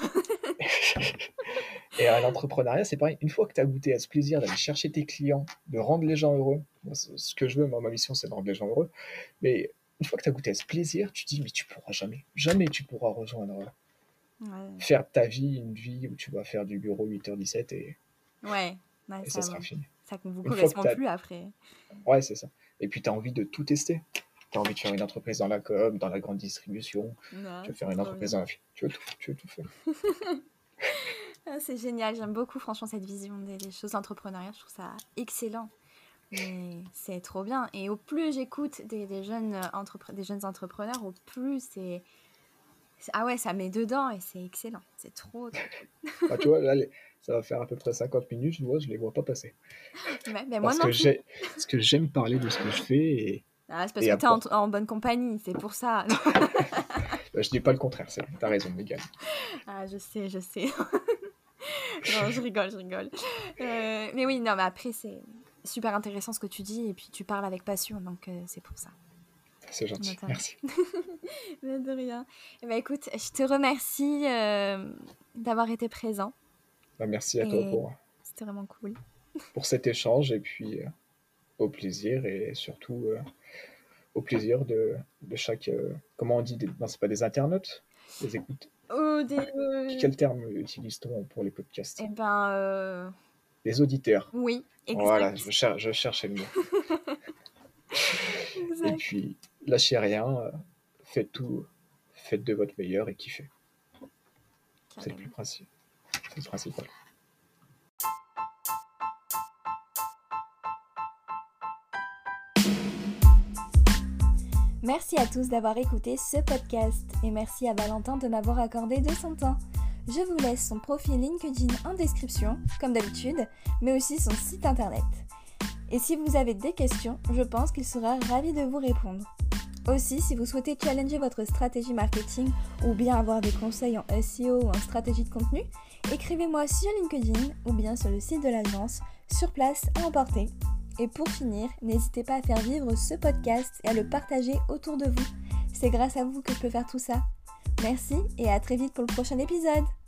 Et à l'entrepreneuriat, c'est pareil. Une fois que tu as goûté à ce plaisir d'aller chercher tes clients, de rendre les gens heureux, moi, c'est ce que je veux, moi, ma mission, c'est de rendre les gens heureux. Mais une fois que tu as goûté à ce plaisir, tu te dis, mais tu pourras jamais, jamais tu pourras rejoindre, Ouais, faire ta vie, une vie où tu vas faire du bureau huit heures dix-sept et, ouais, ouais, et ça ça, sera fini. ça vous Une fois que correspond tu as. plus après. Ouais, c'est ça. Et puis tu as envie de tout tester. Tu as envie de faire une entreprise dans la com, dans la grande distribution. Tu Non, veux c'est faire une trop entreprise bien. dans la. Tu veux tout, tu veux tout faire. Ah, c'est génial, j'aime beaucoup franchement cette vision des, des choses entrepreneuriales, je trouve ça excellent. Mais c'est trop bien. Et au plus j'écoute des, des, jeunes, entrepre- des jeunes entrepreneurs, au plus c'est... c'est- Ah ouais, ça met dedans et c'est excellent. C'est trop, trop cool. Bah, tu vois, là, les- ça va faire à peu près cinquante minutes, je vois, je les vois pas passer. Ouais, mais moi Parce non que plus. j'ai, parce que j'aime parler de ce que je fais et, Ah, c'est parce et que t'es en, apporte. en bonne compagnie, c'est pour ça. Non. Bah, je dis pas le contraire, c'est, t'as raison, Mégane. Ah, je sais, je sais. Non, je rigole, je rigole. Euh, mais oui, non, mais après, c'est super intéressant ce que tu dis et puis tu parles avec passion, donc euh, c'est pour ça. C'est gentil, Notamment. merci. Mais de rien. Eh ben, écoute, je te remercie euh, d'avoir été présent Bah, merci à toi et pour, c'était vraiment cool. pour cet échange et puis euh, au plaisir et surtout euh, au plaisir de, de chaque. Euh, comment on dit des, non, c'est pas des internautes, des écoutes. Oh, des... euh, Quel terme utilise-t-on pour les podcasts? Eh ben, euh, Des auditeurs. oui, Voilà, je, exact. cher- je cherchais le mot. Et Exact. puis, lâchez rien, euh, faites tout, faites de votre meilleur et kiffez. C'est le plus Carrément. principal. C'est le principal. Merci à tous d'avoir écouté ce podcast et merci à Valentin de m'avoir accordé de son temps. Je vous laisse son profil LinkedIn en description, comme d'habitude, mais aussi son site internet. Et si vous avez des questions, je pense qu'il sera ravi de vous répondre. Aussi, si vous souhaitez challenger votre stratégie marketing ou bien avoir des conseils en S E O ou en stratégie de contenu, écrivez-moi sur LinkedIn ou bien sur le site de l'agence, sur place à emporter. Et pour finir, n'hésitez pas à faire vivre ce podcast et à le partager autour de vous. C'est grâce à vous que je peux faire tout ça. Merci et à très vite pour le prochain épisode.